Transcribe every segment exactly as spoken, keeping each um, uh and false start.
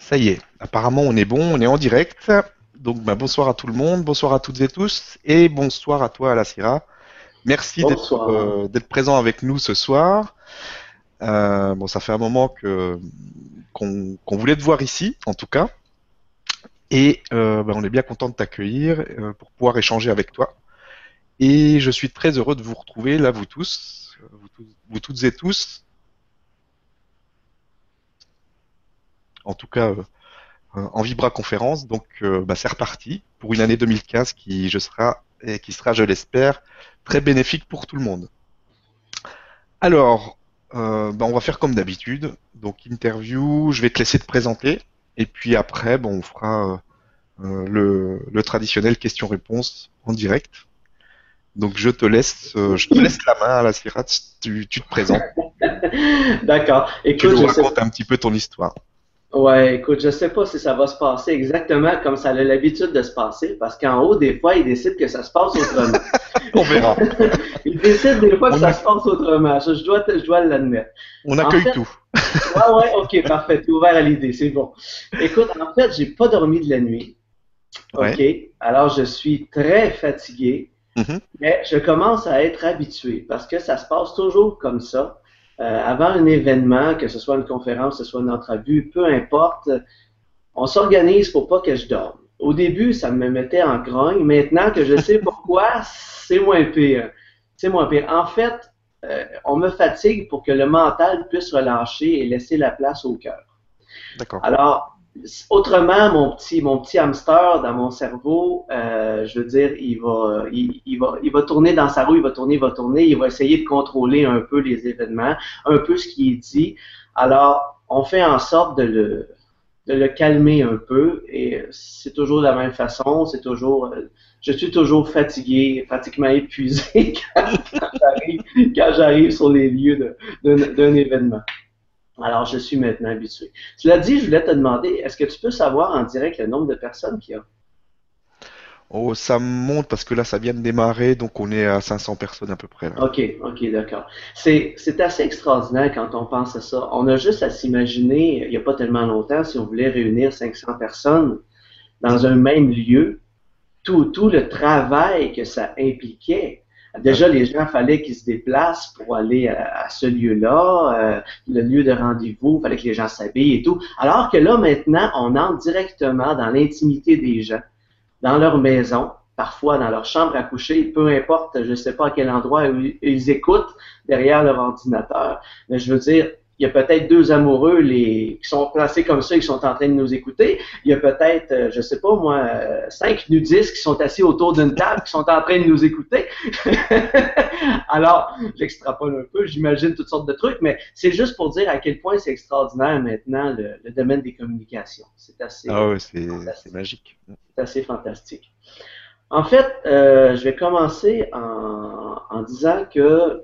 Ça y est, apparemment on est bon, on est en direct. Donc bah, bonsoir à tout le monde, bonsoir à toutes et tous, et bonsoir à toi Alassira. Merci d'être Bonsoir. euh, d'être présent avec nous ce soir. Euh, bon, ça fait un moment que qu'on qu'on voulait te voir ici, en tout cas, et euh, bah, on est bien content de t'accueillir euh, pour pouvoir échanger avec toi. Et je suis très heureux de vous retrouver là, vous tous, vous, tous- vous toutes et tous. En tout cas, euh, en Vibra Conférence. Donc, euh, bah, c'est reparti pour une année deux mille quinze qui, je sera, et qui sera, je l'espère, très bénéfique pour tout le monde. Alors, euh, bah, on va faire comme d'habitude. Donc, interview, je vais te laisser te présenter. Et puis après, bon, on fera euh, le, le traditionnel question-réponse en direct. Donc, je te laisse, euh, je te laisse la main à la Sirat. Tu, tu te présentes. D'accord. Tu Écoute, nous je sais, racontes un petit peu ton histoire. ouais, écoute, je sais pas si ça va se passer exactement comme ça a l'habitude de se passer, parce qu'en haut, des fois, ils décident que ça se passe autrement. On verra. Ils décident des fois que On, ça se passe autrement. Ça, je dois, te- je dois l'admettre. on En accueille fait, tout. ouais, ouais, ok, parfait. T'es ouvert à l'idée, c'est bon. Écoute, en fait, j'ai pas dormi de la nuit. Ouais. Ok. Alors, je suis très fatigué. Mhm. Mais je commence à être habitué parce que ça se passe toujours comme ça. Euh, avant un événement, que ce soit une conférence, que ce soit une entrevue, peu importe, on s'organise pour pas que je dorme. Au début, ça me mettait en grogne. Maintenant que je sais pourquoi, c'est moins pire. C'est moins pire. En fait, euh, on me fatigue pour que le mental puisse relâcher et laisser la place au cœur. D'accord. Alors, autrement, mon petit, mon petit hamster dans mon cerveau, euh, je veux dire, il va, il, il va, il va tourner dans sa roue, il va tourner, il va tourner, il va essayer de contrôler un peu les événements, un peu ce qui est dit. Alors, on fait en sorte de le, de le calmer un peu et c'est toujours de la même façon, c'est toujours, je suis toujours fatigué, pratiquement épuisé quand, quand j'arrive, quand j'arrive sur les lieux d'un événement. Alors, je suis maintenant habitué. Cela dit, je voulais te demander, est-ce que tu peux savoir en direct le nombre de personnes qu'il y a? Oh, ça monte parce que là, ça vient de démarrer, donc on est à cinq cents personnes à peu près là. OK, OK, d'accord. C'est, c'est assez extraordinaire quand on pense à ça. On a juste à s'imaginer, il n'y a pas tellement longtemps, si on voulait réunir cinq cents personnes dans Mhm. un même lieu, tout, tout le travail que ça impliquait. Ah oui. Déjà, les gens, fallait qu'ils se déplacent pour aller à, à ce lieu-là, euh, le lieu de rendez-vous, il fallait que les gens s'habillent et tout. Alors que là, maintenant, on entre directement dans l'intimité des gens, dans leur maison, parfois dans leur chambre à coucher, peu importe, je ne sais pas à quel endroit ils écoutent derrière leur ordinateur, mais je veux dire, il y a peut-être deux amoureux les, qui sont placés comme ça, qui sont en train de nous écouter. Il y a peut-être, euh, je ne sais pas moi, euh, cinq nudistes qui sont assis autour d'une table, qui sont en train de nous écouter. Alors, j'extrapole un peu, j'imagine toutes sortes de trucs, mais c'est juste pour dire à quel point c'est extraordinaire maintenant le, le domaine des communications. C'est Ah assez ouais, c'est c'est fantastique. magique. C'est assez fantastique. En fait, euh, je vais commencer en, en disant que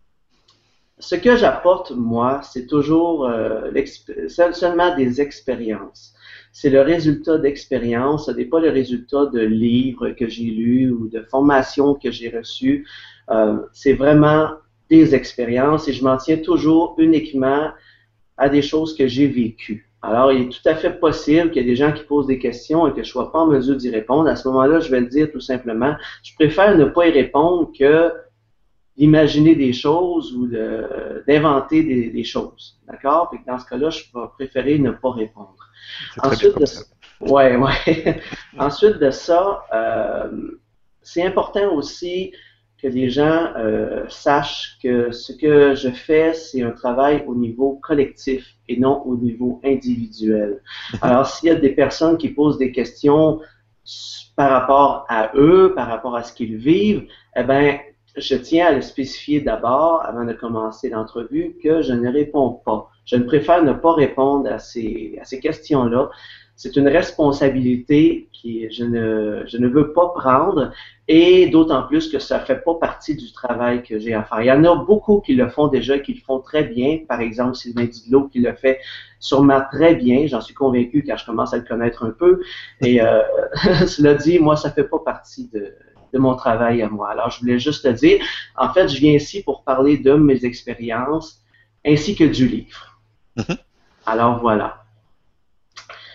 ce que j'apporte, moi, c'est toujours euh, seulement des expériences. C'est le résultat d'expériences, ce n'est pas le résultat de livres que j'ai lus ou de formations que j'ai reçues. Euh, c'est vraiment des expériences et je m'en tiens toujours uniquement à des choses que j'ai vécues. Alors, il est tout à fait possible qu'il y ait des gens qui posent des questions et que je ne sois pas en mesure d'y répondre. À ce moment-là, je vais le dire tout simplement. Je préfère ne pas y répondre que d'imaginer des choses ou de, d'inventer des, des choses. D'accord? Puis dans ce cas-là, je vais préférer ne pas répondre. C'est très bien Ensuite de comme ça. ça, ouais, ouais. Ensuite de ça, euh, c'est important aussi que les gens euh, sachent que ce que je fais, c'est un travail au niveau collectif et non au niveau individuel. Mhm. Alors, s'il y a des personnes qui posent des questions par rapport à eux, par rapport à ce qu'ils vivent, eh bien, je tiens à le spécifier d'abord, avant de commencer l'entrevue, que je ne réponds pas. Je ne préfère ne pas répondre à ces, à ces questions-là. C'est une responsabilité qui je ne, je ne veux pas prendre et d'autant plus que ça ne fait pas partie du travail que j'ai à faire. Il y en a beaucoup qui le font déjà, qui le font très bien. Par exemple, Sylvain Didlot qui le fait sûrement très bien. J'en suis convaincu car je commence à le connaître un peu. Et euh, cela dit, moi, ça ne fait pas partie de, de mon travail à moi. Alors, je voulais juste te dire, en fait, je viens ici pour parler de mes expériences ainsi que du livre. Mhm. Alors, voilà.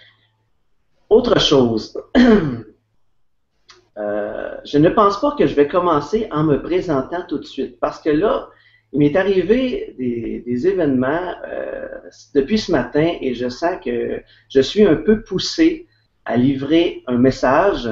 Autre chose, euh, je ne pense pas que je vais commencer en me présentant tout de suite, parce que là, il m'est arrivé des, des événements euh, depuis ce matin et je sens que je suis un peu poussé à livrer un message.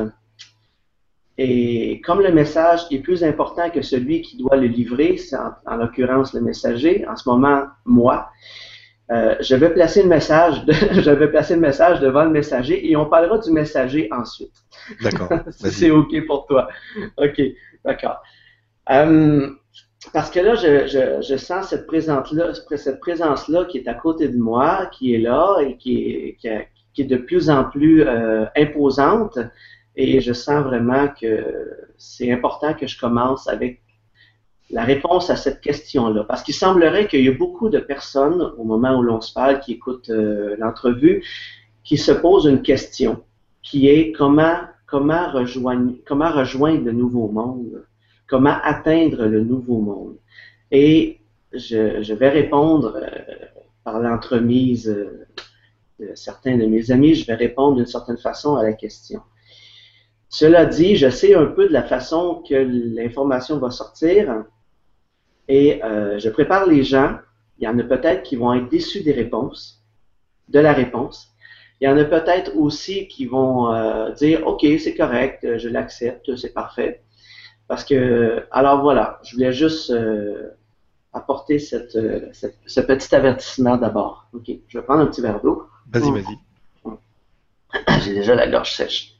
Et comme le message est plus important que celui qui doit le livrer, c'est en, en l'occurrence le messager, en ce moment, moi, euh, je vais placer le message, de, je vais placer le message devant le messager et on parlera du messager ensuite. D'accord. Si c'est OK pour toi. OK, d'accord. Euh, parce que là, je, je, je sens cette présence-là, cette présence-là qui est à côté de moi, qui est là et qui est, qui, a, qui est de plus en plus euh, imposante. Et je sens vraiment que c'est important que je commence avec la réponse à cette question-là. Parce qu'il semblerait qu'il y ait beaucoup de personnes, au moment où l'on se parle, qui écoutent euh, l'entrevue, qui se posent une question, qui est comment, comment, rejoindre, comment rejoindre le nouveau monde, comment atteindre le nouveau monde. Et je, je vais répondre euh, par l'entremise euh, de certains de mes amis, je vais répondre d'une certaine façon à la question. Cela dit, je sais un peu de la façon que l'information va sortir et euh, je prépare les gens. Il y en a peut-être qui vont être déçus des réponses, de la réponse. Il y en a peut-être aussi qui vont euh, dire « Ok, c'est correct, je l'accepte, c'est parfait. » Parce que, alors voilà, je voulais juste euh, apporter cette, cette, ce petit avertissement d'abord. Ok, je vais prendre un petit verre d'eau. Vas-y, vas-y. J'ai déjà la gorge sèche.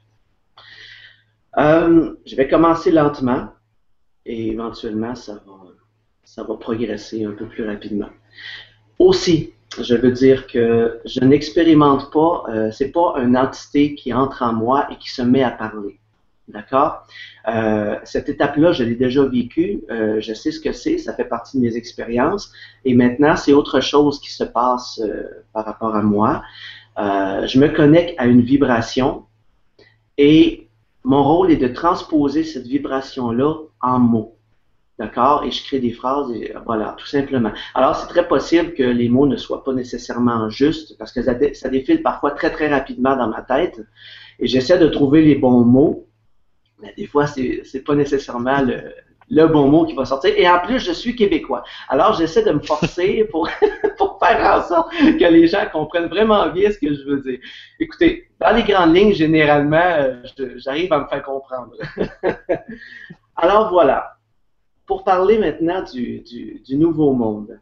Euh, je vais commencer lentement et éventuellement ça va, ça va progresser un peu plus rapidement. Aussi, je veux dire que je n'expérimente pas, euh, c'est pas une entité qui entre en moi et qui se met à parler. D'accord? Euh, cette étape-là, je l'ai déjà vécue, euh, je sais ce que c'est, ça fait partie de mes expériences et maintenant, c'est autre chose qui se passe euh, par rapport à moi. Euh, je me connecte à une vibration et mon rôle est de transposer cette vibration-là en mots. D'accord? Et je crée des phrases, et voilà, tout simplement. Alors, c'est très possible que les mots ne soient pas nécessairement justes, parce que ça, dé, ça défile parfois très, très rapidement dans ma tête. Et j'essaie de trouver les bons mots, mais des fois, c'est c'est pas nécessairement le, le bon mot qui va sortir. Et en plus, je suis québécois. Alors, j'essaie de me forcer pour, pour faire en sorte que les gens comprennent vraiment bien ce que je veux dire. Écoutez, dans les grandes lignes, généralement, j'arrive à me faire comprendre. Alors, voilà. Pour parler maintenant du, du, du nouveau monde.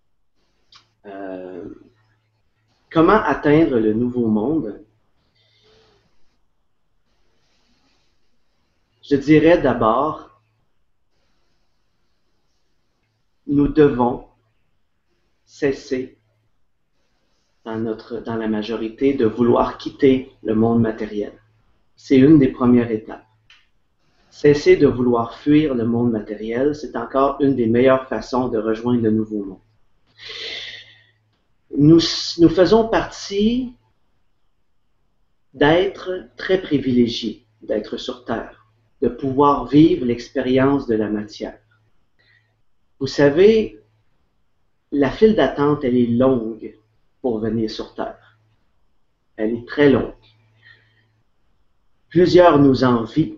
Euh, comment atteindre le nouveau monde? Je dirais d'abord, nous devons cesser, dans, notre, dans la majorité, de vouloir quitter le monde matériel. C'est une des premières étapes. Cesser de vouloir fuir le monde matériel, c'est encore une des meilleures façons de rejoindre le nouveau monde. Nous, nous faisons partie d'être très privilégiés, d'être sur Terre, de pouvoir vivre l'expérience de la matière. Vous savez, la file d'attente, elle est longue pour venir sur Terre. Elle est très longue. Plusieurs nous envient.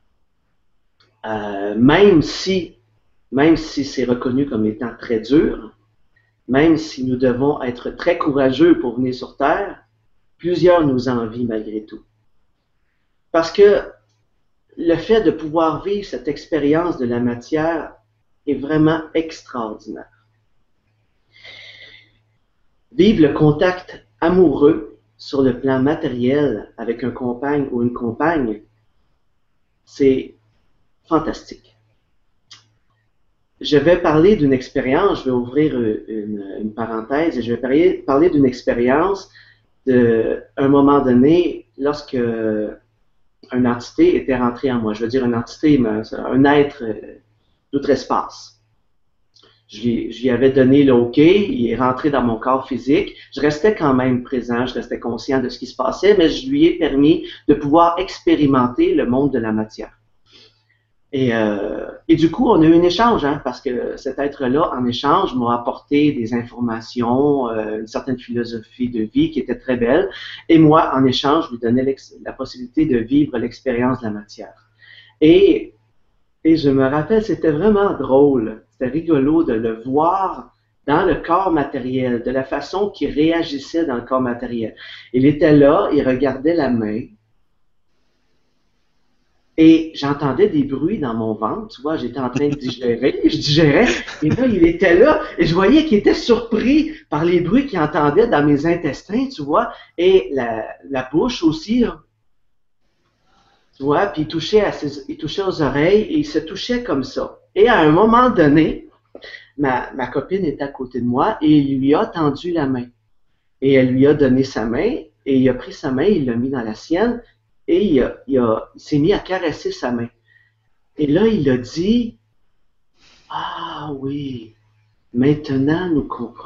Euh, même si, même si c'est reconnu comme étant très dur, même si nous devons être très courageux pour venir sur Terre, plusieurs nous envient malgré tout. Parce que le fait de pouvoir vivre cette expérience de la matière est vraiment extraordinaire. Vivre le contact amoureux sur le plan matériel avec un compagne ou une compagne, c'est fantastique. Je vais parler d'une expérience, je vais ouvrir une, une parenthèse et je vais parler, parler d'une expérience de un moment donné lorsque une entité était rentrée en moi. Je veux dire une entité, mais un être d'outre-espace. Je lui, je lui avais donné le OK, il est rentré dans mon corps physique. Je restais quand même présent, je restais conscient de ce qui se passait, mais je lui ai permis de pouvoir expérimenter le monde de la matière. Et, euh, et du coup, on a eu un échange, hein, parce que cet être-là, en échange, m'a apporté des informations, euh, une certaine philosophie de vie qui était très belle. Et moi, en échange, je lui donnais la possibilité de vivre l'expérience de la matière. Et, et je me rappelle, c'était vraiment drôle, c'était rigolo de le voir dans le corps matériel, de la façon qu'il réagissait dans le corps matériel. Il était là, il regardait la main, et j'entendais des bruits dans mon ventre, tu vois, j'étais en train de digérer, je digérais, et là, il était là, et je voyais qu'il était surpris par les bruits qu'il entendait dans mes intestins, tu vois, et la, la bouche aussi, là, tu vois, puis il touchait, à ses, il touchait aux oreilles, et il se touchait comme ça. Et à un moment donné, ma, ma copine était à côté de moi, et il lui a tendu la main. Et elle lui a donné sa main, et il a pris sa main, il l'a mis dans la sienne, et il, a, il, a, il s'est mis à caresser sa main. Et là, il a dit, « Ah oui, maintenant nous comprenons. »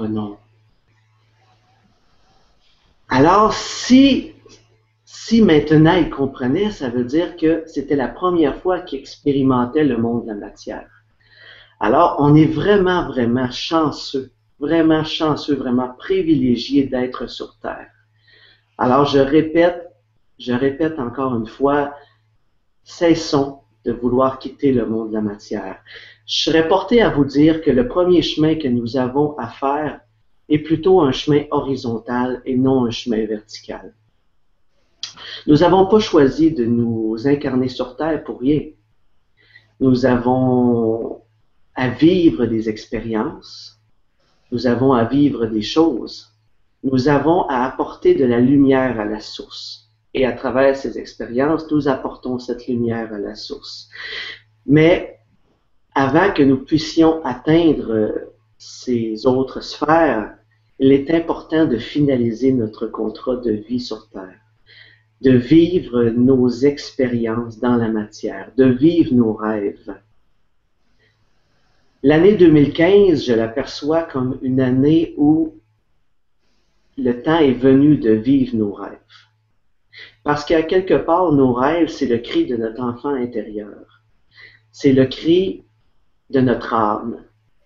Alors, si, si maintenant il comprenait, ça veut dire que c'était la première fois qu'il expérimentait le monde de la matière. Alors, on est vraiment, vraiment chanceux, vraiment chanceux, vraiment privilégié d'être sur Terre. Alors, je répète, je répète encore une fois, cessons de vouloir quitter le monde de la matière. Je serais porté à vous dire que le premier chemin que nous avons à faire est plutôt un chemin horizontal et non un chemin vertical. Nous n'avons pas choisi de nous incarner sur Terre pour rien. Nous avons à vivre des expériences, nous avons à vivre des choses, nous avons à apporter de la lumière à la source. Et à travers ces expériences, nous apportons cette lumière à la source. Mais avant que nous puissions atteindre ces autres sphères, il est important de finaliser notre contrat de vie sur Terre, de vivre nos expériences dans la matière, de vivre nos rêves. L'année deux mille quinze, je l'aperçois comme une année où le temps est venu de vivre nos rêves. Parce qu'à quelque part, nos rêves, c'est le cri de notre enfant intérieur. C'est le cri de notre âme.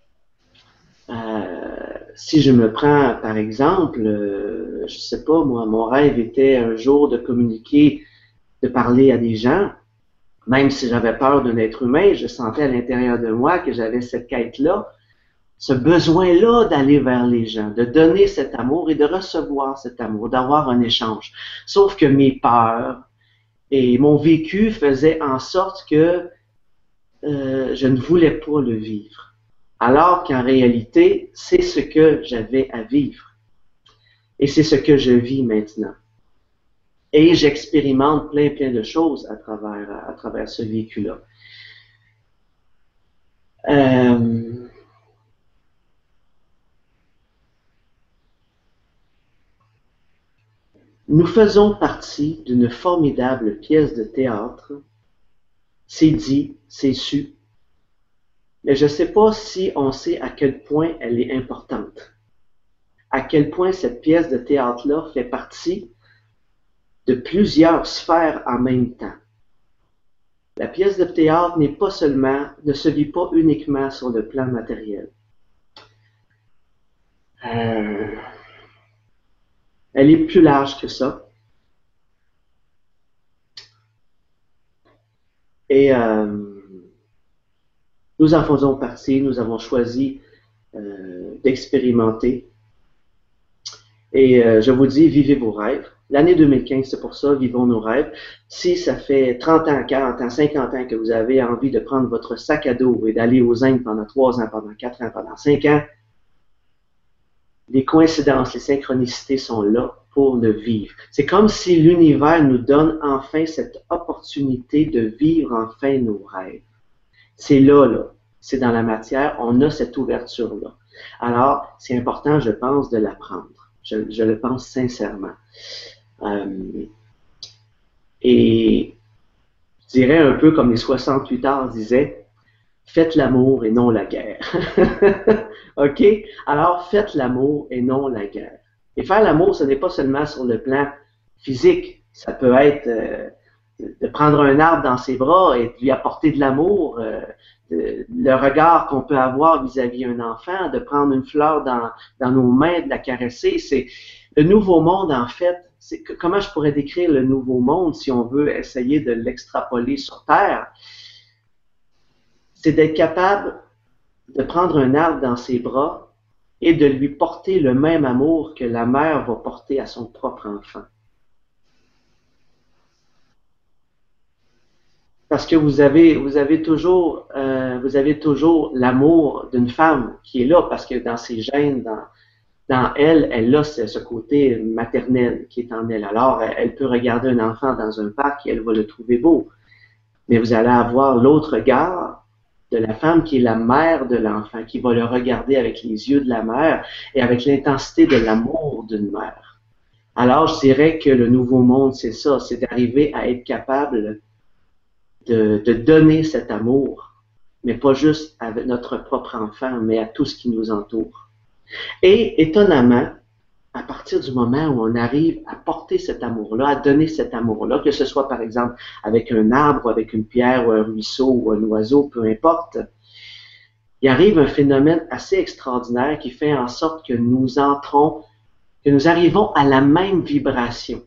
Euh, si je me prends, par exemple, euh, je sais pas, moi, mon rêve était un jour de communiquer, de parler à des gens. Même si j'avais peur d'un être humain, je sentais à l'intérieur de moi que j'avais cette quête-là, ce besoin-là d'aller vers les gens, de donner cet amour et de recevoir cet amour, d'avoir un échange. Sauf que mes peurs et mon vécu faisaient en sorte que euh, je ne voulais pas le vivre. Alors qu'en réalité, c'est ce que j'avais à vivre. Et c'est ce que je vis maintenant. Et j'expérimente plein, plein de choses à travers, à travers ce vécu-là. Euh, nous faisons partie d'une formidable pièce de théâtre. C'est dit, c'est su. Mais je ne sais pas si on sait à quel point elle est importante. À quel point cette pièce de théâtre-là fait partie de plusieurs sphères en même temps. La pièce de théâtre n'est pas seulement, ne se vit pas uniquement sur le plan matériel. Euh, elle est plus large que ça. Et euh, nous en faisons partie, nous avons choisi euh, d'expérimenter. Et euh, je vous dis, vivez vos rêves. L'année deux mille quinze, c'est pour ça, vivons nos rêves. Si ça fait trente ans, quarante ans, cinquante ans que vous avez envie de prendre votre sac à dos et d'aller aux Indes pendant trois ans, pendant quatre ans, pendant cinq ans, les coïncidences, les synchronicités sont là pour le vivre. C'est comme si l'univers nous donne enfin cette opportunité de vivre enfin nos rêves. C'est là, là. C'est dans la matière, on a cette ouverture-là. Alors, c'est important, je pense, de l'apprendre. Je, je le pense sincèrement. Euh, et je dirais un peu comme les soixante-huit heures disaient, faites l'amour et non la guerre. OK? Alors, faites l'amour et non la guerre. Et faire l'amour, ce n'est pas seulement sur le plan physique. Ça peut être, euh, de, de prendre un arbre dans ses bras et de lui apporter de l'amour, euh, de, le regard qu'on peut avoir vis-à-vis d'un enfant, de prendre une fleur dans, dans nos mains, de la caresser. C'est le nouveau monde, en fait. C'est, comment je pourrais décrire le nouveau monde si on veut essayer de l'extrapoler sur Terre? C'est d'être capable de prendre un arbre dans ses bras et de lui porter le même amour que la mère va porter à son propre enfant. Parce que vous avez, vous avez toujours, euh, vous avez toujours l'amour d'une femme qui est là, parce que dans ses gènes, dans, dans elle, elle a ce, ce côté maternel qui est en elle. Alors, elle, elle peut regarder un enfant dans un parc et elle va le trouver beau. Mais vous allez avoir l'autre regard de la femme qui est la mère de l'enfant, qui va le regarder avec les yeux de la mère et avec l'intensité de l'amour d'une mère. Alors, je dirais que le nouveau monde, c'est ça, c'est d'arriver à être capable de, de donner cet amour, mais pas juste à notre propre enfant, mais à tout ce qui nous entoure. Et étonnamment, à partir du moment où on arrive à porter cet amour-là, à donner cet amour-là, que ce soit par exemple avec un arbre, avec une pierre, ou un ruisseau, ou un oiseau, peu importe, il arrive un phénomène assez extraordinaire qui fait en sorte que nous entrons, que nous arrivons à la même vibration.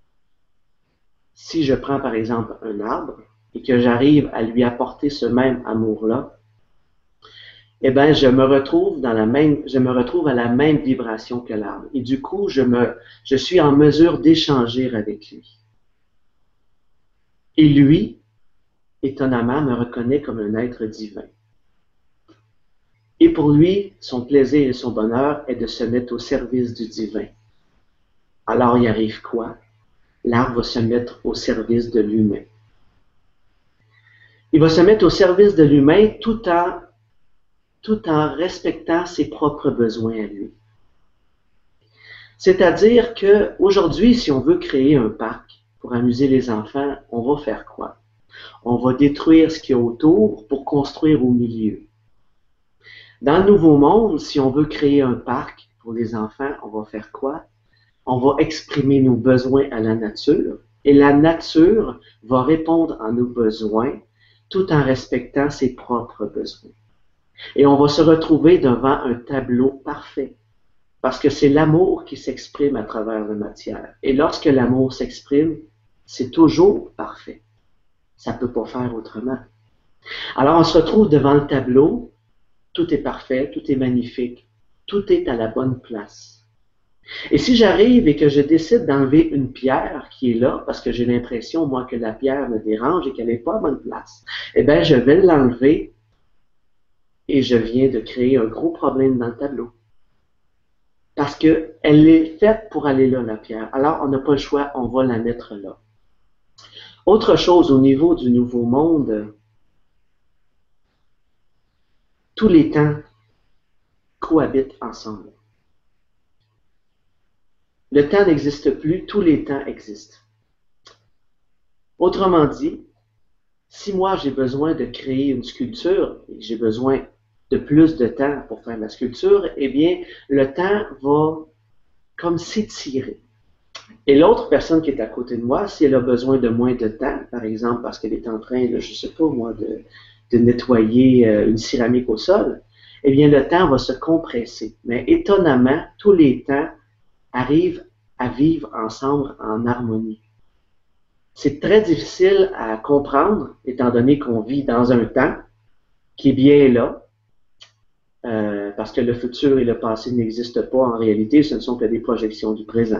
Si je prends par exemple un arbre et que j'arrive à lui apporter ce même amour-là, eh bien, je me retrouve dans la même, je me retrouve à la même vibration que l'arbre. Et du coup, je me, je suis en mesure d'échanger avec lui. Et lui, étonnamment, me reconnaît comme un être divin. Et pour lui, son plaisir et son bonheur est de se mettre au service du divin. Alors, il arrive quoi? L'arbre va se mettre au service de l'humain. Il va se mettre au service de l'humain tout en tout en respectant ses propres besoins à lui. C'est-à-dire qu'aujourd'hui, si on veut créer un parc pour amuser les enfants, on va faire quoi? On va détruire ce qu'il y a autour pour construire au milieu. Dans le Nouveau Monde, si on veut créer un parc pour les enfants, on va faire quoi? On va exprimer nos besoins à la nature et la nature va répondre à nos besoins tout en respectant ses propres besoins. Et on va se retrouver devant un tableau parfait, parce que c'est l'amour qui s'exprime à travers la matière. Et lorsque l'amour s'exprime, c'est toujours parfait. Ça ne peut pas faire autrement. Alors on se retrouve devant le tableau, tout est parfait, tout est magnifique, tout est à la bonne place. Et si j'arrive et que je décide d'enlever une pierre qui est là, parce que j'ai l'impression, moi, que la pierre me dérange et qu'elle n'est pas à bonne place, eh bien, je vais l'enlever. Et je viens de créer un gros problème dans le tableau. Parce qu'elle est faite pour aller là, la pierre. Alors, on n'a pas le choix, on va la mettre là. Autre chose au niveau du Nouveau Monde, tous les temps cohabitent ensemble. Le temps n'existe plus, tous les temps existent. Autrement dit, si moi j'ai besoin de créer une sculpture, et j'ai besoin de plus de temps pour faire la sculpture, eh bien, le temps va comme s'étirer. Et l'autre personne qui est à côté de moi, si elle a besoin de moins de temps, par exemple parce qu'elle est en train, de, je ne sais pas moi, de, de nettoyer une céramique au sol, eh bien, le temps va se compresser. Mais étonnamment, tous les temps arrivent à vivre ensemble en harmonie. C'est très difficile à comprendre, étant donné qu'on vit dans un temps qui est bien là, euh, parce que le futur et le passé n'existent pas en réalité, ce ne sont que des projections du présent.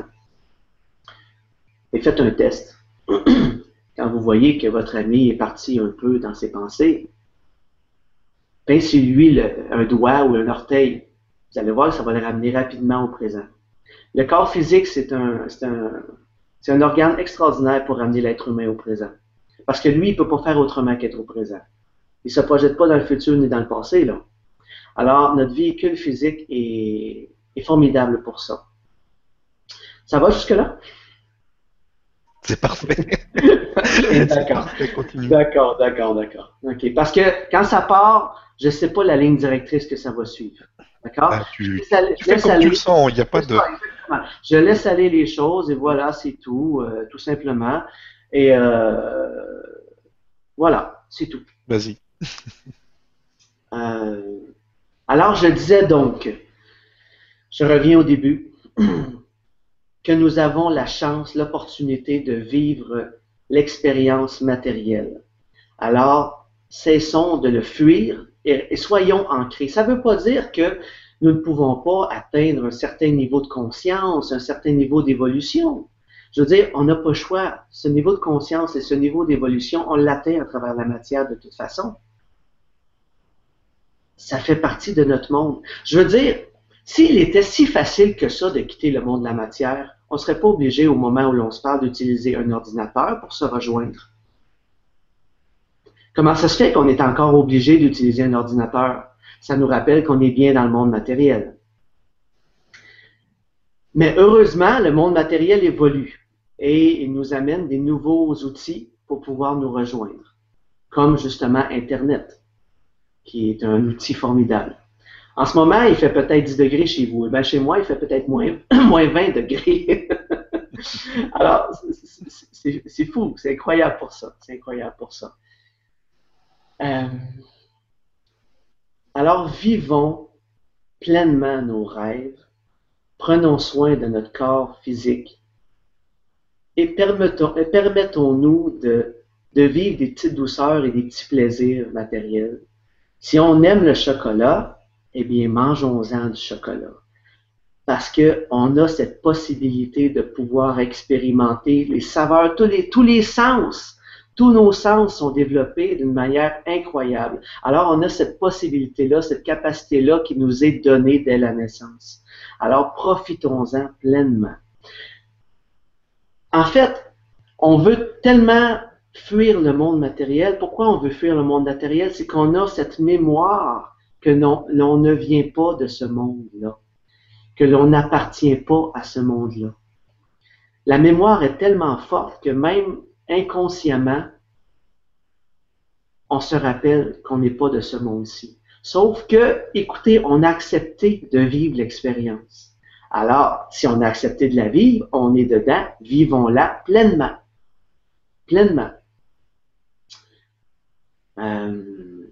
Et faites un test. Quand vous voyez que votre ami est parti un peu dans ses pensées, pincez-lui un doigt ou un orteil. Vous allez voir que ça va le ramener rapidement au présent. Le corps physique, c'est un, c'est un, c'est un organe extraordinaire pour ramener l'être humain au présent. Parce que lui, il ne peut pas faire autrement qu'être au présent. Il ne se projette pas dans le futur ni dans le passé, là. Alors, notre véhicule physique est, est formidable pour ça. Ça va jusque-là? C'est parfait. D'accord. D'accord, d'accord, d'accord. OK. Parce que quand ça part, je ne sais pas la ligne directrice que ça va suivre. D'accord? Ah, tu, je laisse aller, tu fais comme aller, tu le sens, il n'y a pas de... Je laisse aller les choses et voilà, c'est tout, euh, tout simplement. Et euh, voilà, c'est tout. Vas-y. Euh, alors, je disais donc, je reviens au début, que nous avons la chance, l'opportunité de vivre l'expérience matérielle. Alors, cessons de le fuir et, et soyons ancrés. Ça ne veut pas dire que nous ne pouvons pas atteindre un certain niveau de conscience, un certain niveau d'évolution. Je veux dire, on n'a pas le choix. Ce niveau de conscience et ce niveau d'évolution, on l'atteint à travers la matière de toute façon. Ça fait partie de notre monde. Je veux dire, s'il était si facile que ça de quitter le monde de la matière, on ne serait pas obligé au moment où l'on se parle d'utiliser un ordinateur pour se rejoindre. Comment ça se fait qu'on est encore obligé d'utiliser un ordinateur? Ça nous rappelle qu'on est bien dans le monde matériel. Mais heureusement, le monde matériel évolue et il nous amène des nouveaux outils pour pouvoir nous rejoindre, comme justement Internet, qui est un outil formidable. En ce moment, il fait peut-être dix degrés chez vous. Et bien, chez moi, il fait peut-être moins, moins vingt degrés. Alors, c'est fou, c'est incroyable pour ça. C'est incroyable pour ça. Euh, alors, vivons pleinement nos rêves, prenons soin de notre corps physique et permettons-nous permettons de, de vivre des petites douceurs et des petits plaisirs matériels. Si on aime le chocolat, eh bien, mangeons-en du chocolat. Parce qu'on a cette possibilité de pouvoir expérimenter les saveurs, tous les, tous les sens. Tous nos sens sont développés d'une manière incroyable. Alors, on a cette possibilité-là, cette capacité-là qui nous est donnée dès la naissance. Alors, profitons-en pleinement. En fait, on veut tellement fuir le monde matériel. Pourquoi on veut fuir le monde matériel? C'est qu'on a cette mémoire que l'on ne vient pas de ce monde-là, que l'on n'appartient pas à ce monde-là. La mémoire est tellement forte que même inconsciemment, on se rappelle qu'on n'est pas de ce monde-ci. Sauf que, écoutez, on a accepté de vivre l'expérience. Alors, si on a accepté de la vivre, on est dedans, vivons-la pleinement. Pleinement. Euh,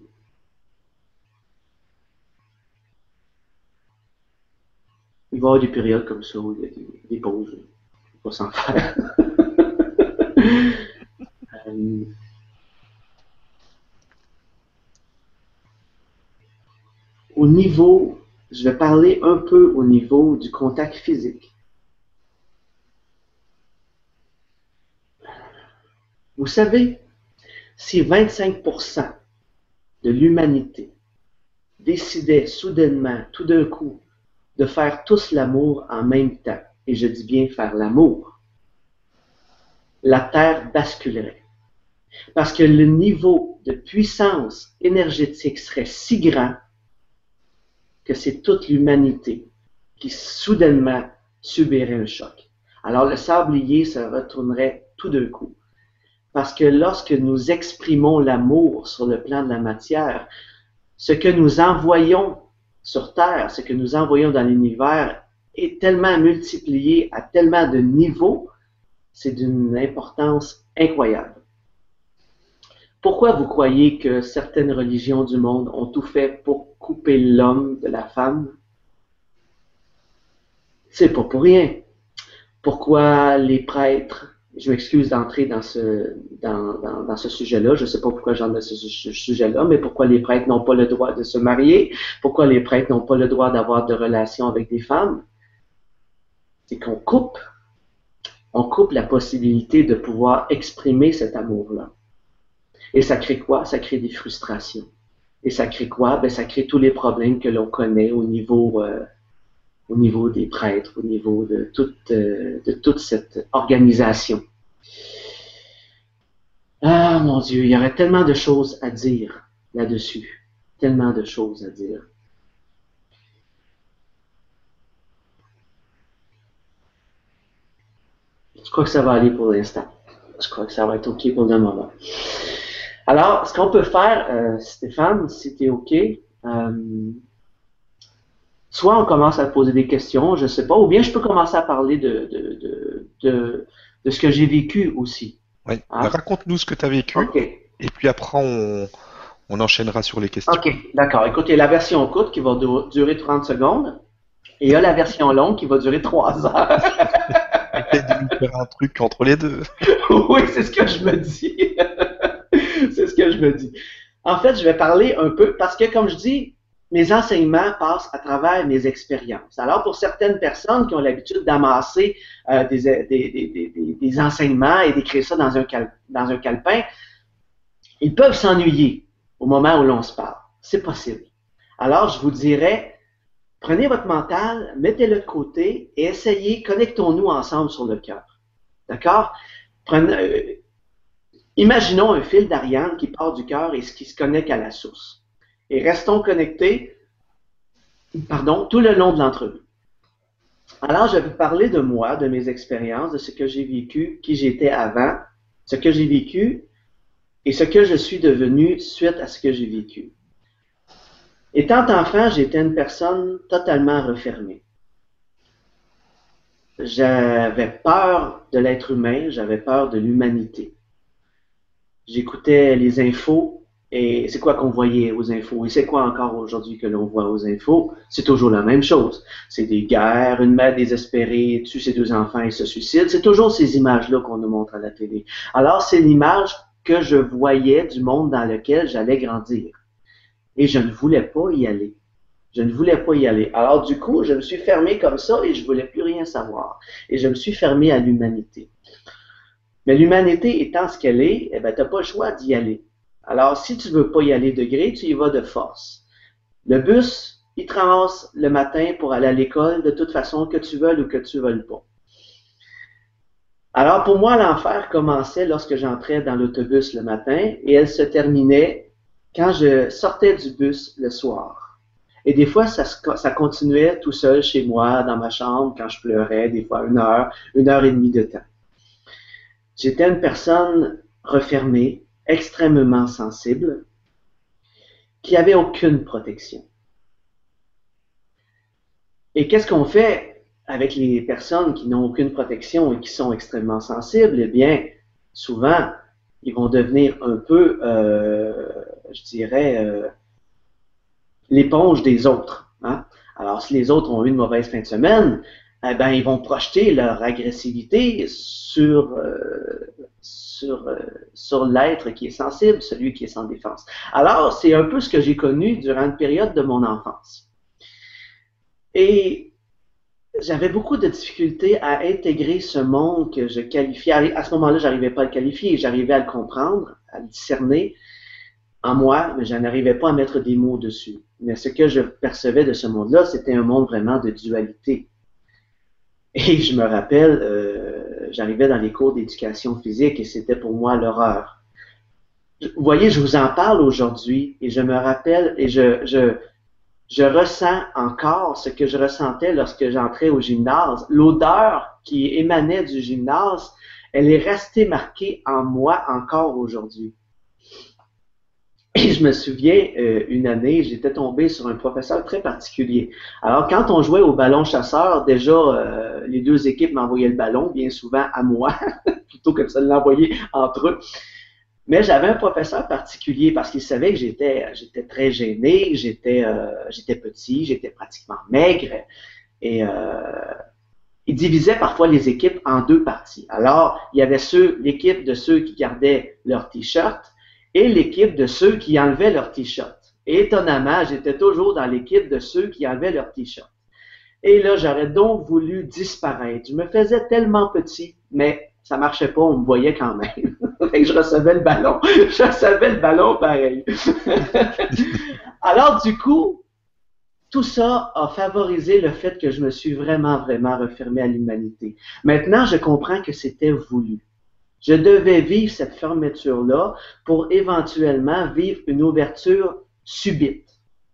il va y avoir des périodes comme ça, où il y a des, des pauses. Il faut pas s'en faire. euh, Au niveau, je vais parler un peu au niveau du contact physique. Vous savez, si vingt-cinq pour cent de l'humanité décidait soudainement, tout d'un coup, de faire tous l'amour en même temps, et je dis bien faire l'amour, la Terre basculerait. Parce que le niveau de puissance énergétique serait si grand que c'est toute l'humanité qui soudainement subirait un choc. Alors le sablier se retournerait tout d'un coup. Parce que lorsque nous exprimons l'amour sur le plan de la matière, ce que nous envoyons sur Terre, ce que nous envoyons dans l'univers est tellement multiplié à tellement de niveaux, c'est d'une importance incroyable. Pourquoi vous croyez que certaines religions du monde ont tout fait pour couper l'homme de la femme? C'est pas pour rien. Pourquoi les prêtres, je m'excuse d'entrer dans ce, dans, dans, dans ce sujet-là, je ne sais pas pourquoi j'en ai ce, ce sujet-là, mais pourquoi les prêtres n'ont pas le droit de se marier? Pourquoi les prêtres n'ont pas le droit d'avoir de relations avec des femmes? C'est qu'on coupe, on coupe la possibilité de pouvoir exprimer cet amour-là. Et ça crée quoi? Ça crée des frustrations. Et ça crée quoi? Ben, ça crée tous les problèmes que l'on connaît au niveau, euh, au niveau des prêtres, au niveau de toute, euh, de toute cette organisation. Ah, mon Dieu, il y aurait tellement de choses à dire là-dessus. Tellement de choses à dire. Je crois que ça va aller pour l'instant. Je crois que ça va être OK pour le moment. Alors, ce qu'on peut faire, euh, Stéphane, si tu es OK, euh, soit on commence à te poser des questions, je ne sais pas, ou bien je peux commencer à parler de, de, de, de, de ce que j'ai vécu aussi. Ouais. Hein? Raconte-nous ce que tu as vécu, OK. et puis après, on, on enchaînera sur les questions. OK, d'accord. Écoutez, la version courte qui va du- durer trente secondes, et il y a la version longue qui va durer trois heures. Essaye de nous faire un truc entre les deux. Oui, c'est ce que je me dis. C'est ce que je me dis. En fait, je vais parler un peu parce que, comme je dis, mes enseignements passent à travers mes expériences. Alors, pour certaines personnes qui ont l'habitude d'amasser euh, des, des, des, des, des enseignements et d'écrire ça dans un, cal, dans un calepin, ils peuvent s'ennuyer au moment où l'on se parle. C'est possible. Alors, je vous dirais, prenez votre mental, mettez-le de côté et essayez, connectons-nous ensemble sur le cœur. D'accord? Prenez, euh, Imaginons un fil d'Ariane qui part du cœur et qui se connecte à la source. Et restons connectés, pardon, tout le long de l'entrevue. Alors, je vais vous parler de moi, de mes expériences, de ce que j'ai vécu, qui j'étais avant, ce que j'ai vécu et ce que je suis devenu suite à ce que j'ai vécu. Étant enfant, j'étais une personne totalement refermée. J'avais peur de l'être humain, j'avais peur de l'humanité. J'écoutais les infos et c'est quoi qu'on voyait aux infos? Et c'est quoi encore aujourd'hui que l'on voit aux infos? C'est toujours la même chose. C'est des guerres, une mère désespérée tue ses deux enfants et se suicide. C'est toujours ces images-là qu'on nous montre à la télé. Alors, c'est l'image que je voyais du monde dans lequel j'allais grandir. Et je ne voulais pas y aller. Je ne voulais pas y aller. Alors, du coup, je me suis fermé comme ça et je ne voulais plus rien savoir. Et je me suis fermé à l'humanité. Mais l'humanité étant ce qu'elle est, eh ben, tu n'as pas le choix d'y aller. Alors, si tu ne veux pas y aller de gré, tu y vas de force. Le bus, il te ramasse le matin pour aller à l'école, de toute façon, que tu veuilles ou que tu ne veuilles pas. Alors, pour moi, l'enfer commençait lorsque j'entrais dans l'autobus le matin et elle se terminait quand je sortais du bus le soir. Et des fois, ça, ça continuait tout seul chez moi, dans ma chambre, quand je pleurais, des fois une heure, une heure et demie de temps. J'étais une personne refermée, extrêmement sensible, qui n'avait aucune protection. Et qu'est-ce qu'on fait avec les personnes qui n'ont aucune protection et qui sont extrêmement sensibles? Eh bien, souvent, ils vont devenir un peu, euh, je dirais, euh, l'éponge des autres. Hein? Alors, si les autres ont eu une mauvaise fin de semaine, eh ben, ils vont projeter leur agressivité sur, euh, sur, euh, sur l'être qui est sensible, celui qui est sans défense. Alors, c'est un peu ce que j'ai connu durant une période de mon enfance. Et j'avais beaucoup de difficultés à intégrer ce monde que je qualifiais. À ce moment-là, je n'arrivais pas à le qualifier, j'arrivais à le comprendre, à le discerner en moi, mais je n'arrivais pas à mettre des mots dessus. Mais ce que je percevais de ce monde-là, c'était un monde vraiment de dualité. Et je me rappelle, euh, j'arrivais dans les cours d'éducation physique et c'était pour moi l'horreur. Vous voyez, je vous en parle aujourd'hui et je me rappelle et je, je, je ressens encore ce que je ressentais lorsque j'entrais au gymnase. L'odeur qui émanait du gymnase, elle est restée marquée en moi encore aujourd'hui. Et je me souviens, euh, une année, j'étais tombé sur un professeur très particulier. Alors, quand on jouait au ballon chasseur, déjà, euh, les deux équipes m'envoyaient le ballon, bien souvent à moi, plutôt que de se l'envoyer entre eux. Mais j'avais un professeur particulier parce qu'il savait que j'étais, j'étais très gêné, j'étais, euh, j'étais petit, j'étais pratiquement maigre. Et euh, il divisait parfois les équipes en deux parties. Alors, il y avait ceux, l'équipe de ceux qui gardaient leur t-shirt et l'équipe de ceux qui enlevaient leur t-shirt. Et étonnamment, j'étais toujours dans l'équipe de ceux qui enlevaient leur t-shirt. Et là, j'aurais donc voulu disparaître. Je me faisais tellement petit, mais ça marchait pas, on me voyait quand même. Et je recevais le ballon. Je recevais le ballon pareil. Alors, du coup, tout ça a favorisé le fait que je me suis vraiment, vraiment refermé à l'humanité. Maintenant, je comprends que c'était voulu. Je devais vivre cette fermeture-là pour éventuellement vivre une ouverture subite.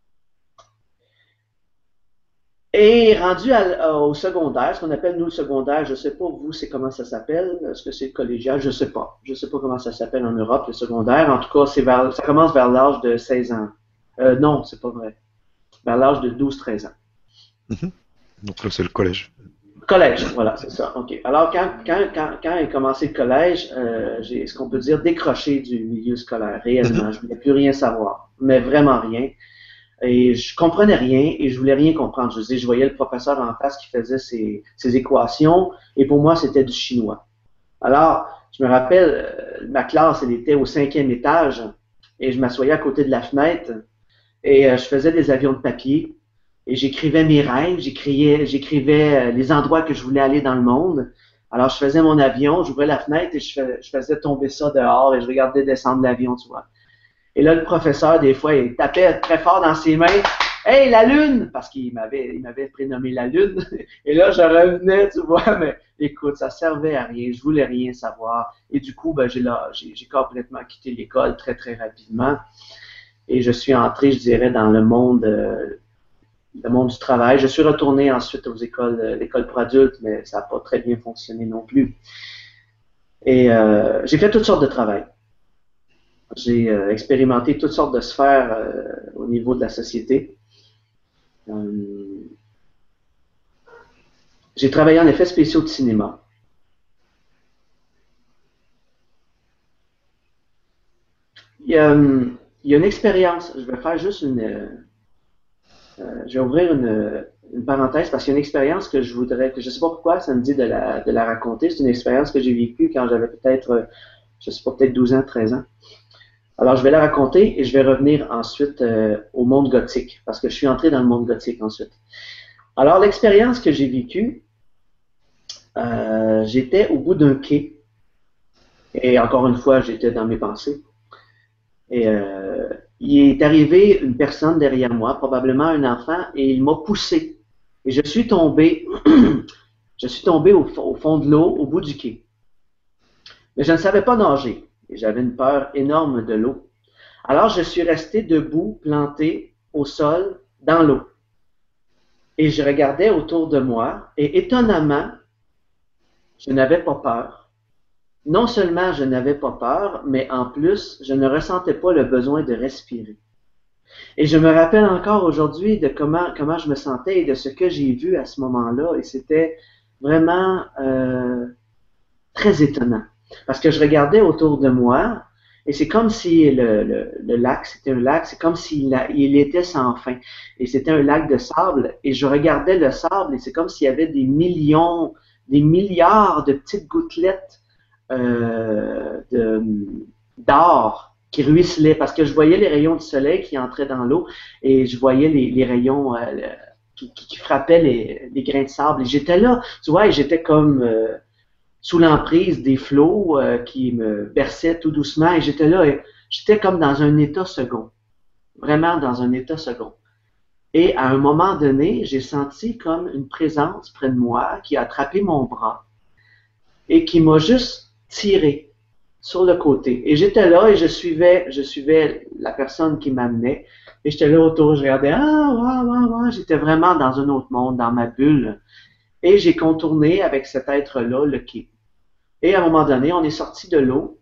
Et rendu à, au secondaire, ce qu'on appelle nous le secondaire, je ne sais pas vous, c'est comment ça s'appelle, est-ce que c'est le collégial, je ne sais pas. Je ne sais pas comment ça s'appelle en Europe, le secondaire. En tout cas, c'est vers, ça commence vers l'âge de seize ans. Euh, non, c'est pas vrai. Vers l'âge de douze treize ans. Mm-hmm. Donc là, c'est le collège. Collège, voilà, c'est ça. OK. Alors, quand, quand, quand, quand a commencé le collège, euh, j'ai ce qu'on peut dire décroché du milieu scolaire, Mhm. réellement. Je voulais plus rien savoir, mais vraiment rien. Et je comprenais rien et je voulais rien comprendre. Je, disais, je voyais le professeur en face qui faisait ses, ses équations et pour moi, c'était du chinois. Alors, je me rappelle, euh, ma classe, elle était au cinquième étage et je m'assoyais à côté de la fenêtre et euh, je faisais des avions de papier et j'écrivais mes rêves, j'écrivais, j'écrivais euh, les endroits que je voulais aller dans le monde. Alors, je faisais mon avion, j'ouvrais la fenêtre et je, fais, je faisais tomber ça dehors et je regardais descendre l'avion, tu vois. Et là, le professeur, des fois, il tapait très fort dans ses mains. Hey, la Lune! Parce qu'il m'avait, il m'avait prénommé la Lune. Et là, je revenais, tu vois, mais écoute, ça servait à rien. Je voulais rien savoir. Et du coup, ben, j'ai, là, j'ai, j'ai complètement quitté l'école très, très rapidement. Et je suis entré, je dirais, dans le monde, euh, le monde du travail. Je suis retourné ensuite aux écoles, euh, l'école pour adultes, mais ça n'a pas très bien fonctionné non plus. Et euh, j'ai fait toutes sortes de travail. J'ai euh, expérimenté toutes sortes de sphères euh, au niveau de la société. Euh, j'ai travaillé en effets spéciaux de cinéma. Il y a, euh, il y a une expérience, je vais faire juste une, euh, je vais ouvrir une, une parenthèse parce qu'il y a une expérience que je voudrais, que je ne sais pas pourquoi ça me dit de la, de la raconter. C'est une expérience que j'ai vécue quand j'avais peut-être, euh, je ne sais pas, peut-être douze ans, treize ans. Alors, je vais la raconter et je vais revenir ensuite euh, au monde gothique parce que je suis entré dans le monde gothique ensuite. Alors, l'expérience que j'ai vécue, euh, j'étais au bout d'un quai et encore une fois, j'étais dans mes pensées. Et euh, il est arrivé une personne derrière moi, probablement un enfant, et il m'a poussé. Et je suis tombé, je suis tombé au, au fond de l'eau, au bout du quai. Mais je ne savais pas nager et j'avais une peur énorme de l'eau. Alors je suis resté debout, planté au sol, dans l'eau. Et je regardais autour de moi et étonnamment, je n'avais pas peur. Non seulement je n'avais pas peur, mais en plus, je ne ressentais pas le besoin de respirer. Et je me rappelle encore aujourd'hui de comment, comment je me sentais et de ce que j'ai vu à ce moment-là. Et c'était vraiment euh, très étonnant. Parce que je regardais autour de moi et c'est comme si le, le, le lac, c'était un lac, c'est comme s'il il était sans fin. Et c'était un lac de sable et je regardais le sable et c'est comme s'il y avait des millions, des milliards de petites gouttelettes euh, de, d'or qui ruisselaient parce que je voyais les rayons du soleil qui entraient dans l'eau et je voyais les, les rayons euh, qui, qui, frappaient les, les grains de sable. Et j'étais là, tu vois, et j'étais comme euh, sous l'emprise des flots euh, qui me berçaient tout doucement et j'étais là et j'étais comme dans un état second, vraiment dans un état second. Et à un moment donné, j'ai senti comme une présence près de moi qui a attrapé mon bras et qui m'a juste tiré sur le côté. Et j'étais là et je suivais, je suivais la personne qui m'amenait. Et j'étais là autour, je regardais, ah, ouais, ouais, ouais. J'étais vraiment dans un autre monde, dans ma bulle. Et j'ai contourné avec cet être-là le quai. Et à un moment donné, on est sorti de l'eau.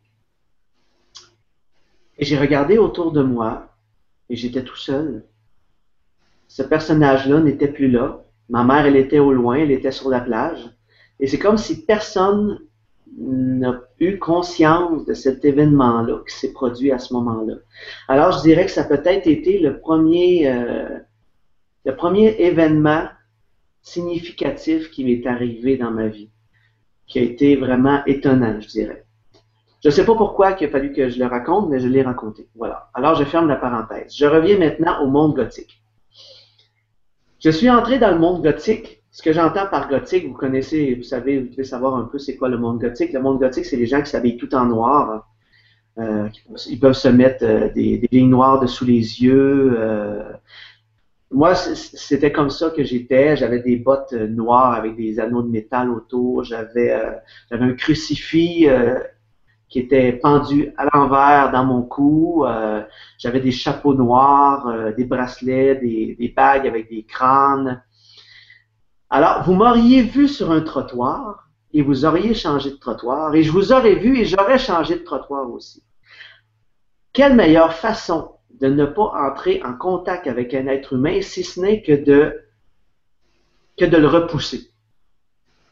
Et j'ai regardé autour de moi. Et j'étais tout seul. Ce personnage-là n'était plus là. Ma mère, elle était au loin, elle était sur la plage. Et c'est comme si personne n'a eu conscience de cet événement-là qui s'est produit à ce moment-là. Alors, je dirais que ça a peut-être été le premier, euh, le premier événement significatif qui m'est arrivé dans ma vie, qui a été vraiment étonnant, je dirais. Je ne sais pas pourquoi il a fallu que je le raconte, mais je l'ai raconté. Voilà. Alors, je ferme la parenthèse. Je reviens maintenant au monde gothique. Je suis entré dans le monde gothique. Ce que j'entends par gothique, vous connaissez, vous savez, vous devez savoir un peu c'est quoi le monde gothique. Le monde gothique, c'est les gens qui s'habillent tout en noir. Euh, ils peuvent se mettre euh, des, des lignes noires dessous les yeux. Euh. Moi, c'était comme ça que j'étais. J'avais des bottes noires avec des anneaux de métal autour. J'avais euh, j'avais un crucifix euh, qui était pendu à l'envers dans mon cou. Euh, j'avais des chapeaux noirs, euh, des bracelets, des, des bagues avec des crânes. Alors, vous m'auriez vu sur un trottoir et vous auriez changé de trottoir et je vous aurais vu et j'aurais changé de trottoir aussi. Quelle meilleure façon de ne pas entrer en contact avec un être humain si ce n'est que de, que de le repousser.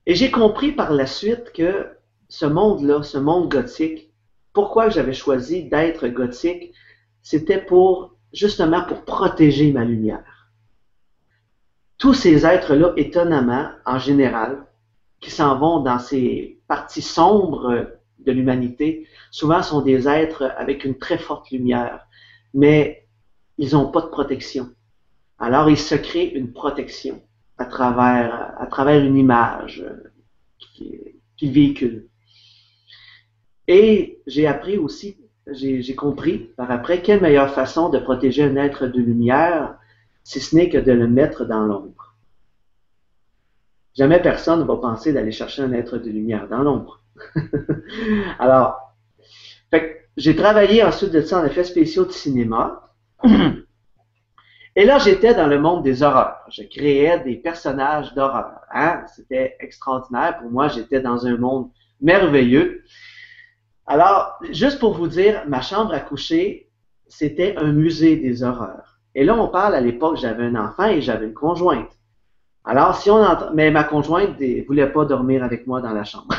Et j'ai compris par la suite que ce monde-là, ce monde gothique, pourquoi j'avais choisi d'être gothique, c'était pour, justement, pour protéger ma lumière. Tous ces êtres-là, étonnamment, en général, qui s'en vont dans ces parties sombres de l'humanité, souvent sont des êtres avec une très forte lumière, mais ils n'ont pas de protection. Alors, ils se créent une protection à travers, à travers une image qu'ils véhiculent. Et j'ai appris aussi, j'ai compris par après, quelle meilleure façon de protéger un être de lumière, si ce n'est que de le mettre dans l'ombre. Jamais personne ne va penser d'aller chercher un être de lumière dans l'ombre. Alors, j'ai travaillé ensuite de ça en effets spéciaux de cinéma. Et là, j'étais dans le monde des horreurs. Je créais des personnages d'horreur. Hein? C'était extraordinaire. Pour moi, j'étais dans un monde merveilleux. Alors, juste pour vous dire, ma chambre à coucher, c'était un musée des horreurs. Et là, on parle à l'époque, j'avais un enfant et j'avais une conjointe. Alors, si on entend, mais ma conjointe ne voulait pas dormir avec moi dans la chambre.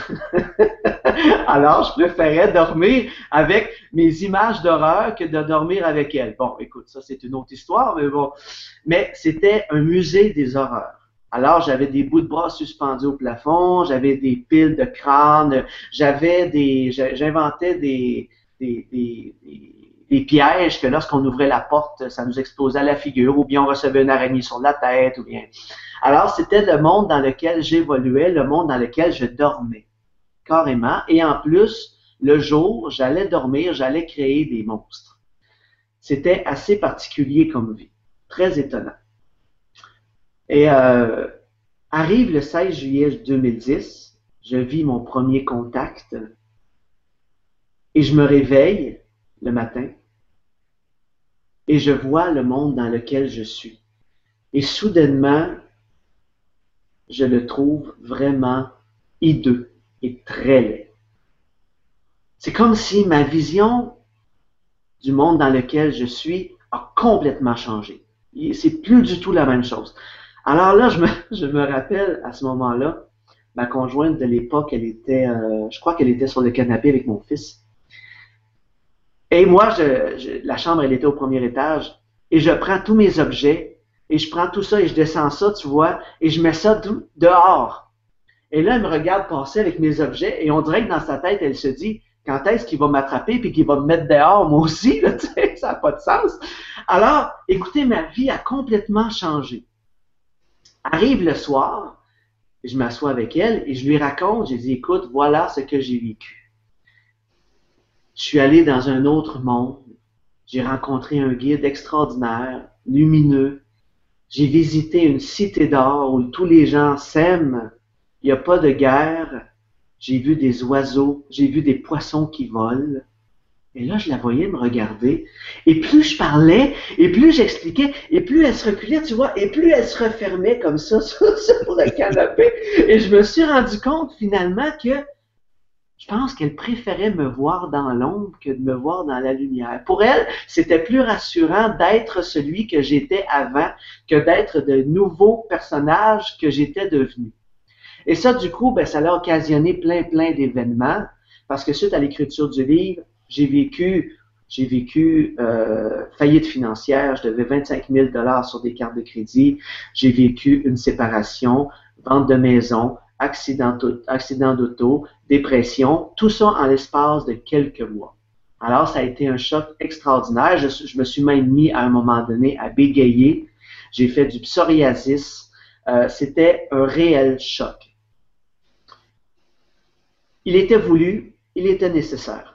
Alors, je préférais dormir avec mes images d'horreur que de dormir avec elle. Bon, écoute, ça c'est une autre histoire, mais bon. Mais c'était un musée des horreurs. Alors, j'avais des bouts de bras suspendus au plafond, j'avais des piles de crânes, j'avais des, j'inventais des, des, des, des des pièges que lorsqu'on ouvrait la porte, ça nous explosait à la figure, ou bien on recevait une araignée sur la tête, ou bien... Alors, c'était le monde dans lequel j'évoluais, le monde dans lequel je dormais, carrément. Et en plus, le jour, j'allais dormir, j'allais créer des monstres. C'était assez particulier comme vie, très étonnant. Et euh, arrive le seize juillet deux mille dix, je vis mon premier contact, et je me réveille le matin, et je vois le monde dans lequel je suis. Et soudainement, je le trouve vraiment hideux et très laid. C'est comme si ma vision du monde dans lequel je suis a complètement changé. C'est plus du tout la même chose. Alors là, je me, je me rappelle à ce moment-là, ma conjointe de l'époque, elle était, euh, je crois qu'elle était sur le canapé avec mon fils. Et moi, je, je, la chambre, elle était au premier étage, et je prends tous mes objets, et je prends tout ça, et je descends ça, tu vois, et je mets ça dehors. Et là, elle me regarde passer avec mes objets, et on dirait que dans sa tête, elle se dit, quand est-ce qu'il va m'attraper, puis qu'il va me mettre dehors, moi aussi, là, tu sais, ça n'a pas de sens. Alors, écoutez, ma vie a complètement changé. Arrive le soir, je m'assois avec elle, et je lui raconte, j'ai dit, écoute, voilà ce que j'ai vécu. Je suis allé dans un autre monde. J'ai rencontré un guide extraordinaire, lumineux. J'ai visité une cité d'or où tous les gens s'aiment. Il n'y a pas de guerre. J'ai vu des oiseaux. J'ai vu des poissons qui volent. Et là, je la voyais me regarder. Et plus je parlais, et plus j'expliquais, et plus elle se reculait, tu vois, et plus elle se refermait comme ça sur, sur le canapé. Et je me suis rendu compte finalement que je pense qu'elle préférait me voir dans l'ombre que de me voir dans la lumière. Pour elle, c'était plus rassurant d'être celui que j'étais avant que d'être de nouveaux personnages que j'étais devenu. Et ça, du coup, ben, ça l'a occasionné plein, plein d'événements, parce que suite à l'écriture du livre, j'ai vécu, j'ai vécu euh, faillite financière, je devais vingt-cinq mille dollars sur des cartes de crédit, j'ai vécu une séparation, vente de maison, accident, accident d'auto, dépression, tout ça en l'espace de quelques mois. Alors, ça a été un choc extraordinaire. Je, je me suis même mis à un moment donné à bégayer. J'ai fait du psoriasis. Euh, C'était un réel choc. Il était voulu, il était nécessaire.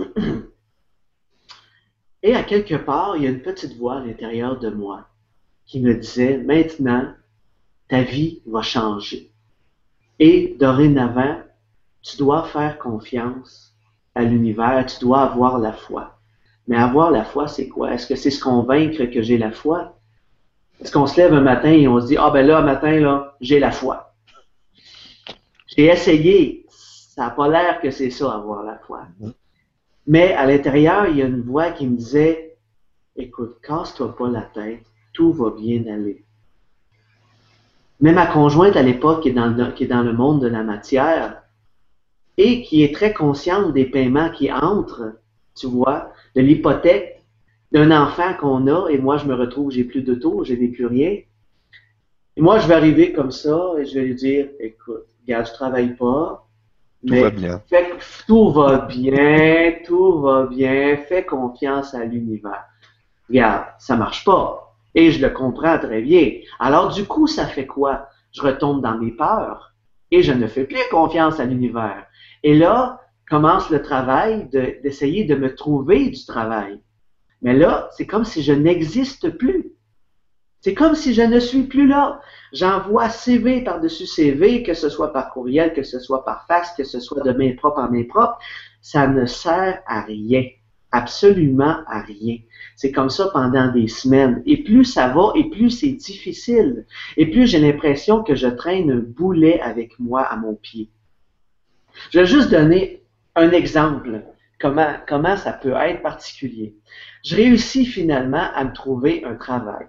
Et à quelque part, il y a une petite voix à l'intérieur de moi qui me disait, maintenant, ta vie va changer. Et dorénavant, tu dois faire confiance à l'univers, tu dois avoir la foi. Mais avoir la foi, c'est quoi? Est-ce que c'est se convaincre que j'ai la foi? Est-ce qu'on se lève un matin et on se dit, ah ben là, un matin, là, j'ai la foi. J'ai essayé, ça n'a pas l'air que c'est ça, avoir la foi. Mais à l'intérieur, il y a une voix qui me disait, écoute, casse-toi pas la tête, tout va bien aller. Mais ma conjointe à l'époque, qui est dans le, qui est dans le monde de la matière et qui est très consciente des paiements qui entrent, tu vois, de l'hypothèque d'un enfant qu'on a, et moi je me retrouve, j'ai plus d'auto, j'ai plus rien. Et moi je vais arriver comme ça et je vais lui dire, écoute, regarde, je travaille pas, Tout va mais bien. fait que tout va bien, tout va bien, fais confiance à l'univers. Regarde, ça marche pas. Et je le comprends très bien. Alors du coup, ça fait quoi? Je retombe dans mes peurs et je ne fais plus confiance à l'univers. Et là, commence le travail de- d'essayer de me trouver du travail. Mais là, c'est comme si je n'existe plus. C'est comme si je ne suis plus là. J'envoie C V par-dessus C V, que ce soit par courriel, que ce soit par fax, que ce soit de main propre en main propre. Ça ne sert à rien. Absolument à rien. C'est comme ça pendant des semaines. Et plus ça va, et plus c'est difficile. Et plus j'ai l'impression que je traîne un boulet avec moi à mon pied. Je vais juste donner un exemple. Comment, comment ça peut être particulier. Je réussis finalement à me trouver un travail.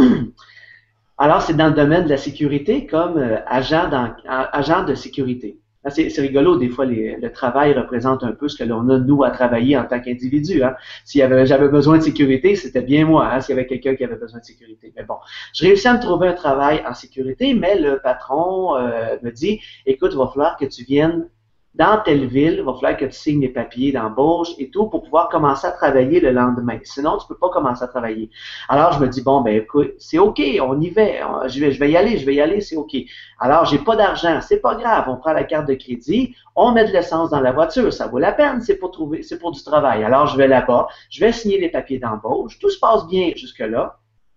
Alors, c'est dans le domaine de la sécurité comme euh, agent, dans, agent de sécurité. C'est, c'est rigolo, des fois, les, le travail représente un peu ce que l'on a, nous, à travailler en tant qu'individu. Hein. S'il y avait, j'avais besoin de sécurité, c'était bien moi, hein, s'il y avait quelqu'un qui avait besoin de sécurité. Mais bon, je réussis à me trouver un travail en sécurité, mais le patron euh, me dit, écoute, il va falloir que tu viennes dans telle ville, il va falloir que tu signes les papiers d'embauche et tout pour pouvoir commencer à travailler le lendemain. Sinon, tu peux pas commencer à travailler. Alors, je me dis, bon, ben écoute, c'est OK, on y va, je vais, je vais y aller, je vais y aller, c'est OK. Alors, j'ai pas d'argent, c'est pas grave, on prend la carte de crédit, on met de l'essence dans la voiture, ça vaut la peine, c'est pour trouver, c'est pour du travail. Alors, je vais là-bas, je vais signer les papiers d'embauche, tout se passe bien jusque-là.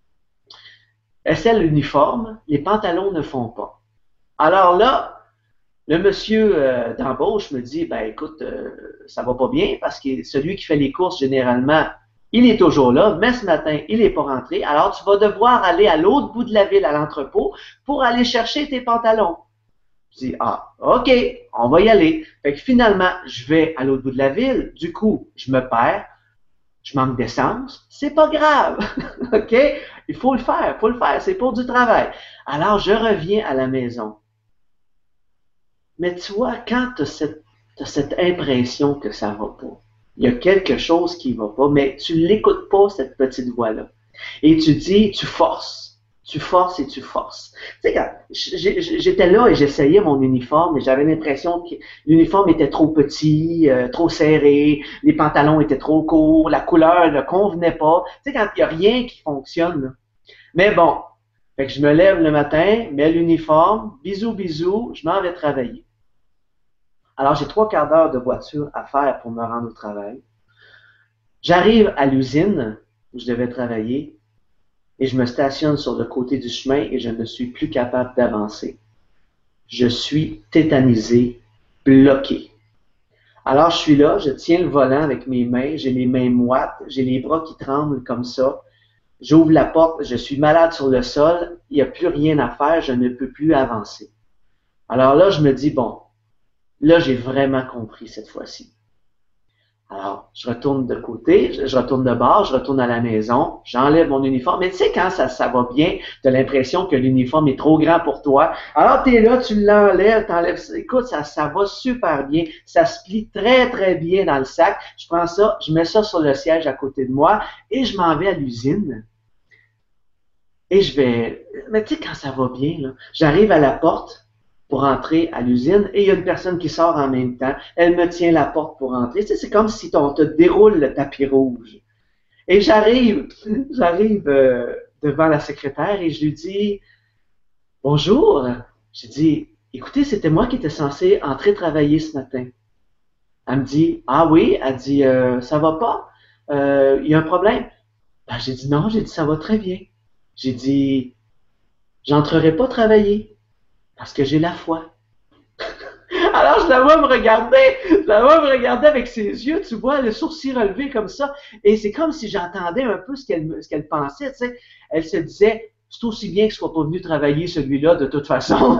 Essaie l'uniforme, les pantalons ne font pas. Alors là, le monsieur euh, d'embauche me dit, ben écoute, euh, ça va pas bien parce que celui qui fait les courses, généralement, il est toujours là, mais ce matin, il n'est pas rentré. Alors, tu vas devoir aller à l'autre bout de la ville, à l'entrepôt, pour aller chercher tes pantalons. Je dis, ah, OK, on va y aller. Fait que finalement, je vais à l'autre bout de la ville. Du coup, je me perds. Je manque d'essence. C'est pas grave. OK? Il faut le faire, il faut le faire. C'est pour du travail. Alors, je reviens à la maison. Mais tu vois, quand tu as cette, t'as cette impression que ça va pas, il y a quelque chose qui va pas, mais tu l'écoutes pas, cette petite voix-là. Et tu dis, tu forces. Tu forces et tu forces. Tu sais, quand j'étais là et j'essayais mon uniforme et j'avais l'impression que l'uniforme était trop petit, euh, trop serré, les pantalons étaient trop courts, la couleur ne convenait pas. Tu sais, quand il n'y a rien qui fonctionne, là. Mais bon, fait que je me lève le matin, mets l'uniforme, bisous, bisous, je m'en vais travailler. Alors, j'ai trois quarts d'heure de voiture à faire pour me rendre au travail. J'arrive à l'usine où je devais travailler et je me stationne sur le côté du chemin et je ne suis plus capable d'avancer. Je suis tétanisé, bloqué. Alors, je suis là, je tiens le volant avec mes mains, j'ai les mains moites, j'ai les bras qui tremblent comme ça. J'ouvre la porte, je suis malade sur le sol, il n'y a plus rien à faire, je ne peux plus avancer. Alors là, je me dis, bon, là, j'ai vraiment compris cette fois-ci. Alors, je retourne de côté, je retourne de bord, je retourne à la maison, j'enlève mon uniforme. Mais tu sais, quand ça, ça va bien, tu as l'impression que l'uniforme est trop grand pour toi. Alors, tu es là, tu l'enlèves, t'enlèves. Écoute, ça, ça va super bien. Ça se plie très, très bien dans le sac. Je prends ça, je mets ça sur le siège à côté de moi et je m'en vais à l'usine. Et je vais... Mais tu sais, quand ça va bien, là, j'arrive à la porte pour entrer à l'usine et il y a une personne qui sort en même temps. Elle me tient la porte pour entrer. Tu sais, c'est comme si on te déroule le tapis rouge. Et j'arrive, j'arrive euh, devant la secrétaire et je lui dis « Bonjour ». J'ai dit « Écoutez, c'était moi qui étais censé entrer travailler ce matin ». Elle me dit « Ah oui ». Elle dit euh, « Ça va pas? Euh, il y a un problème? » Ben, j'ai dit « Non ». J'ai dit « Ça va très bien ». J'ai dit « J'entrerai pas travailler parce que j'ai la foi ». Alors, je la vois me regarder, je la vois me regarder avec ses yeux, tu vois, le sourcil relevé comme ça. Et c'est comme si j'entendais un peu ce qu'elle, ce qu'elle pensait, tu sais. Elle se disait, c'est aussi bien que je sois pas venu travailler celui-là de toute façon.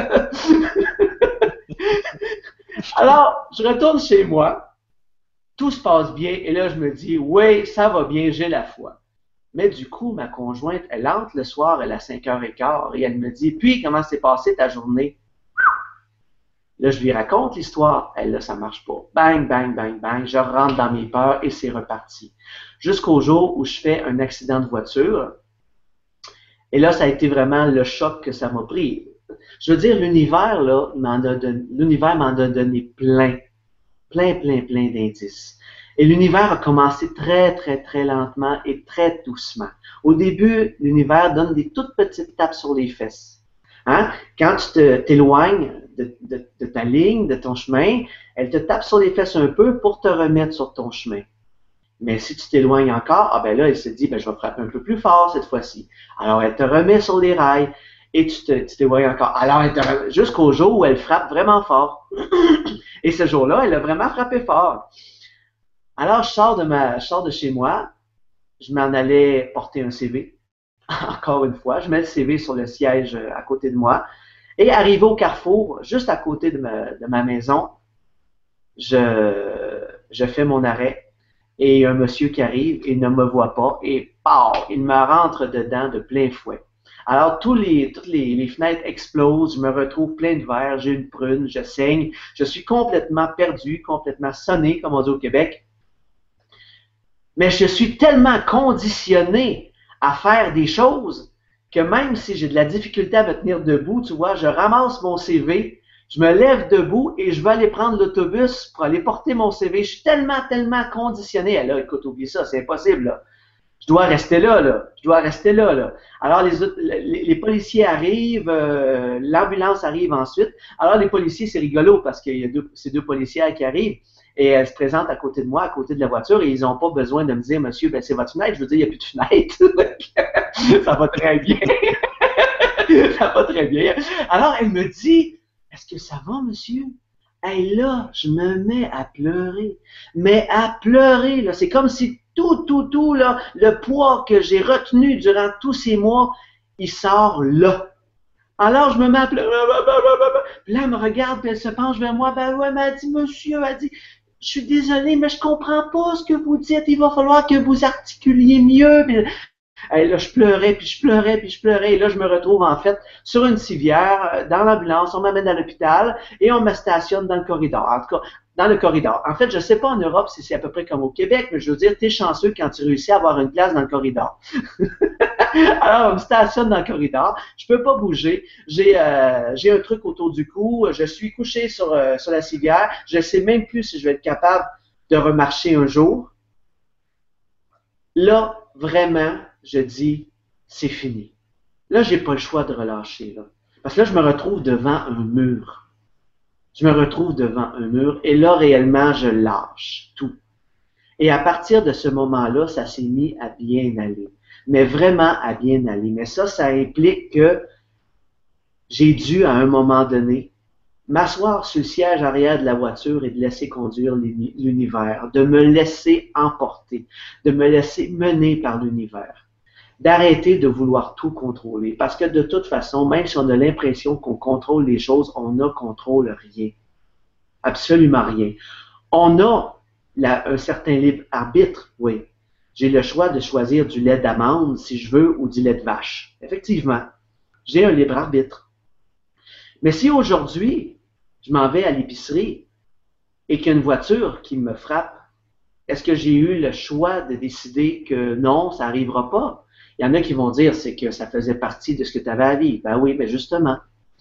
Alors, je retourne chez moi, tout se passe bien, et là, je me dis, oui, ça va bien, j'ai la foi. Mais du coup, ma conjointe, elle entre le soir, elle a cinq heures quinze et elle me dit, puis comment s'est passée ta journée? Là, je lui raconte l'histoire. Elle, là, ça marche pas. Bang, bang, bang, bang. Je rentre dans mes peurs et c'est reparti. Jusqu'au jour où je fais un accident de voiture. Et là, ça a été vraiment le choc que ça m'a pris. Je veux dire, l'univers, là, m'en a donné, l'univers m'en a donné plein, plein, plein, plein d'indices. Et l'univers a commencé très, très, très lentement et très doucement. Au début, l'univers donne des toutes petites tapes sur les fesses. Hein? Quand tu te, t'éloignes de, de, de ta ligne, de ton chemin, elle te tape sur les fesses un peu pour te remettre sur ton chemin. Mais si tu t'éloignes encore, ah ben là, elle se dit, ben je vais frapper un peu plus fort cette fois-ci. Alors, elle te remet sur les rails et tu te, tu t'éloignes encore. Alors, elle te remet jusqu'au jour où elle frappe vraiment fort. Et ce jour-là, elle a vraiment frappé fort. Alors, je sors de ma, je sors de chez moi, je m'en allais porter un C V. Encore une fois, je mets le C V sur le siège à côté de moi. Et arrivé au carrefour, juste à côté de ma, de ma maison, je, je fais mon arrêt. Et un monsieur qui arrive et ne me voit pas et paf, il me rentre dedans de plein fouet. Alors, tous les, toutes les, les fenêtres explosent, je me retrouve plein de verre, j'ai une prune, je saigne, je suis complètement perdu, complètement sonné, comme on dit au Québec. Mais je suis tellement conditionné à faire des choses que même si j'ai de la difficulté à me tenir debout, tu vois, je ramasse mon C V, je me lève debout et je vais aller prendre l'autobus pour aller porter mon C V. Je suis tellement, tellement conditionné. Là, écoute, oublie ça, c'est impossible, là. Je dois rester là, là. Je dois rester là, là. Alors, les, les, les policiers arrivent, euh, l'ambulance arrive ensuite. Alors, les policiers, c'est rigolo parce qu'il y a deux, ces deux policières qui arrivent et elles se présentent à côté de moi, à côté de la voiture et ils n'ont pas besoin de me dire, monsieur, ben, c'est votre fenêtre. Je veux dire, il n'y a plus de fenêtre. Ça va très bien. Ça va très bien. Alors, elle me dit, est-ce que ça va, monsieur? Et là, je me mets à pleurer. Mais à pleurer, là, c'est comme si tout, tout, tout, là, le poids que j'ai retenu durant tous ces mois, il sort là. Alors, je me mets à pleurer. Puis là, elle me regarde, puis elle se penche vers moi. Ben ouais, mais elle dit, monsieur, elle dit, je suis désolée, mais je comprends pas ce que vous dites. Il va falloir que vous articuliez mieux. Puis, et là, je pleurais, puis je pleurais, puis je pleurais. Et là, je me retrouve en fait sur une civière, dans l'ambulance. On m'amène à l'hôpital et on me stationne dans le corridor. En tout cas, dans le corridor. En fait, je sais pas en Europe si c'est à peu près comme au Québec, mais je veux dire, t'es chanceux quand tu réussis à avoir une place dans le corridor. Alors, on me stationne dans le corridor. Je peux pas bouger. J'ai euh, j'ai un truc autour du cou. Je suis couché sur, euh, sur la civière. Je sais même plus si je vais être capable de remarcher un jour. Là, vraiment, je dis, c'est fini. Là, j'ai pas le choix de relâcher, là. Parce que là, je me retrouve devant un mur. Je me retrouve devant un mur et là, réellement, je lâche tout. Et à partir de ce moment-là, ça s'est mis à bien aller. Mais vraiment à bien aller. Mais ça, ça implique que j'ai dû, à un moment donné, m'asseoir sur le siège arrière de la voiture et de laisser conduire l'univers, de me laisser emporter, de me laisser mener par l'univers, d'arrêter de vouloir tout contrôler. Parce que de toute façon, même si on a l'impression qu'on contrôle les choses, on ne contrôle rien. Absolument rien. On a la, un certain libre arbitre, oui. J'ai le choix de choisir du lait d'amande si je veux ou du lait de vache. Effectivement, j'ai un libre arbitre. Mais si aujourd'hui, je m'en vais à l'épicerie et qu'il y a une voiture qui me frappe, est-ce que j'ai eu le choix de décider que non, ça n'arrivera pas? Il y en a qui vont dire c'est que ça faisait partie de ce que tu avais à vivre. Ben oui, mais justement,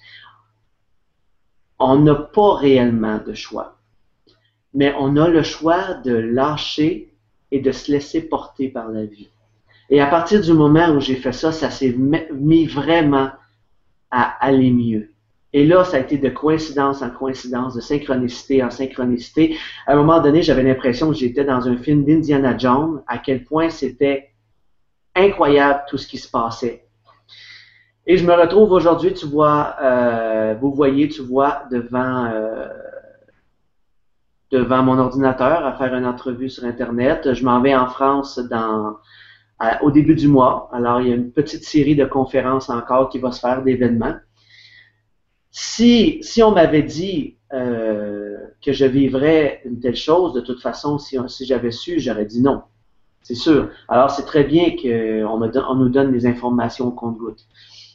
on n'a pas réellement de choix. Mais on a le choix de lâcher et de se laisser porter par la vie. Et à partir du moment où j'ai fait ça, ça s'est mis vraiment à aller mieux. Et là, ça a été de coïncidence en coïncidence, de synchronicité en synchronicité. À un moment donné, j'avais l'impression que j'étais dans un film d'Indiana Jones, à quel point c'était incroyable tout ce qui se passait. Et je me retrouve aujourd'hui, tu vois, euh, vous voyez, tu vois, devant, euh, devant mon ordinateur à faire une entrevue sur Internet. Je m'en vais en France dans, à, au début du mois. Alors, il y a une petite série de conférences encore qui va se faire, d'événements. Si, si on m'avait dit euh, que je vivrais une telle chose, de toute façon, si, si j'avais su, j'aurais dit non. c'est sûr. Alors, c'est très bien qu'on on nous donne des informations au compte-gouttes.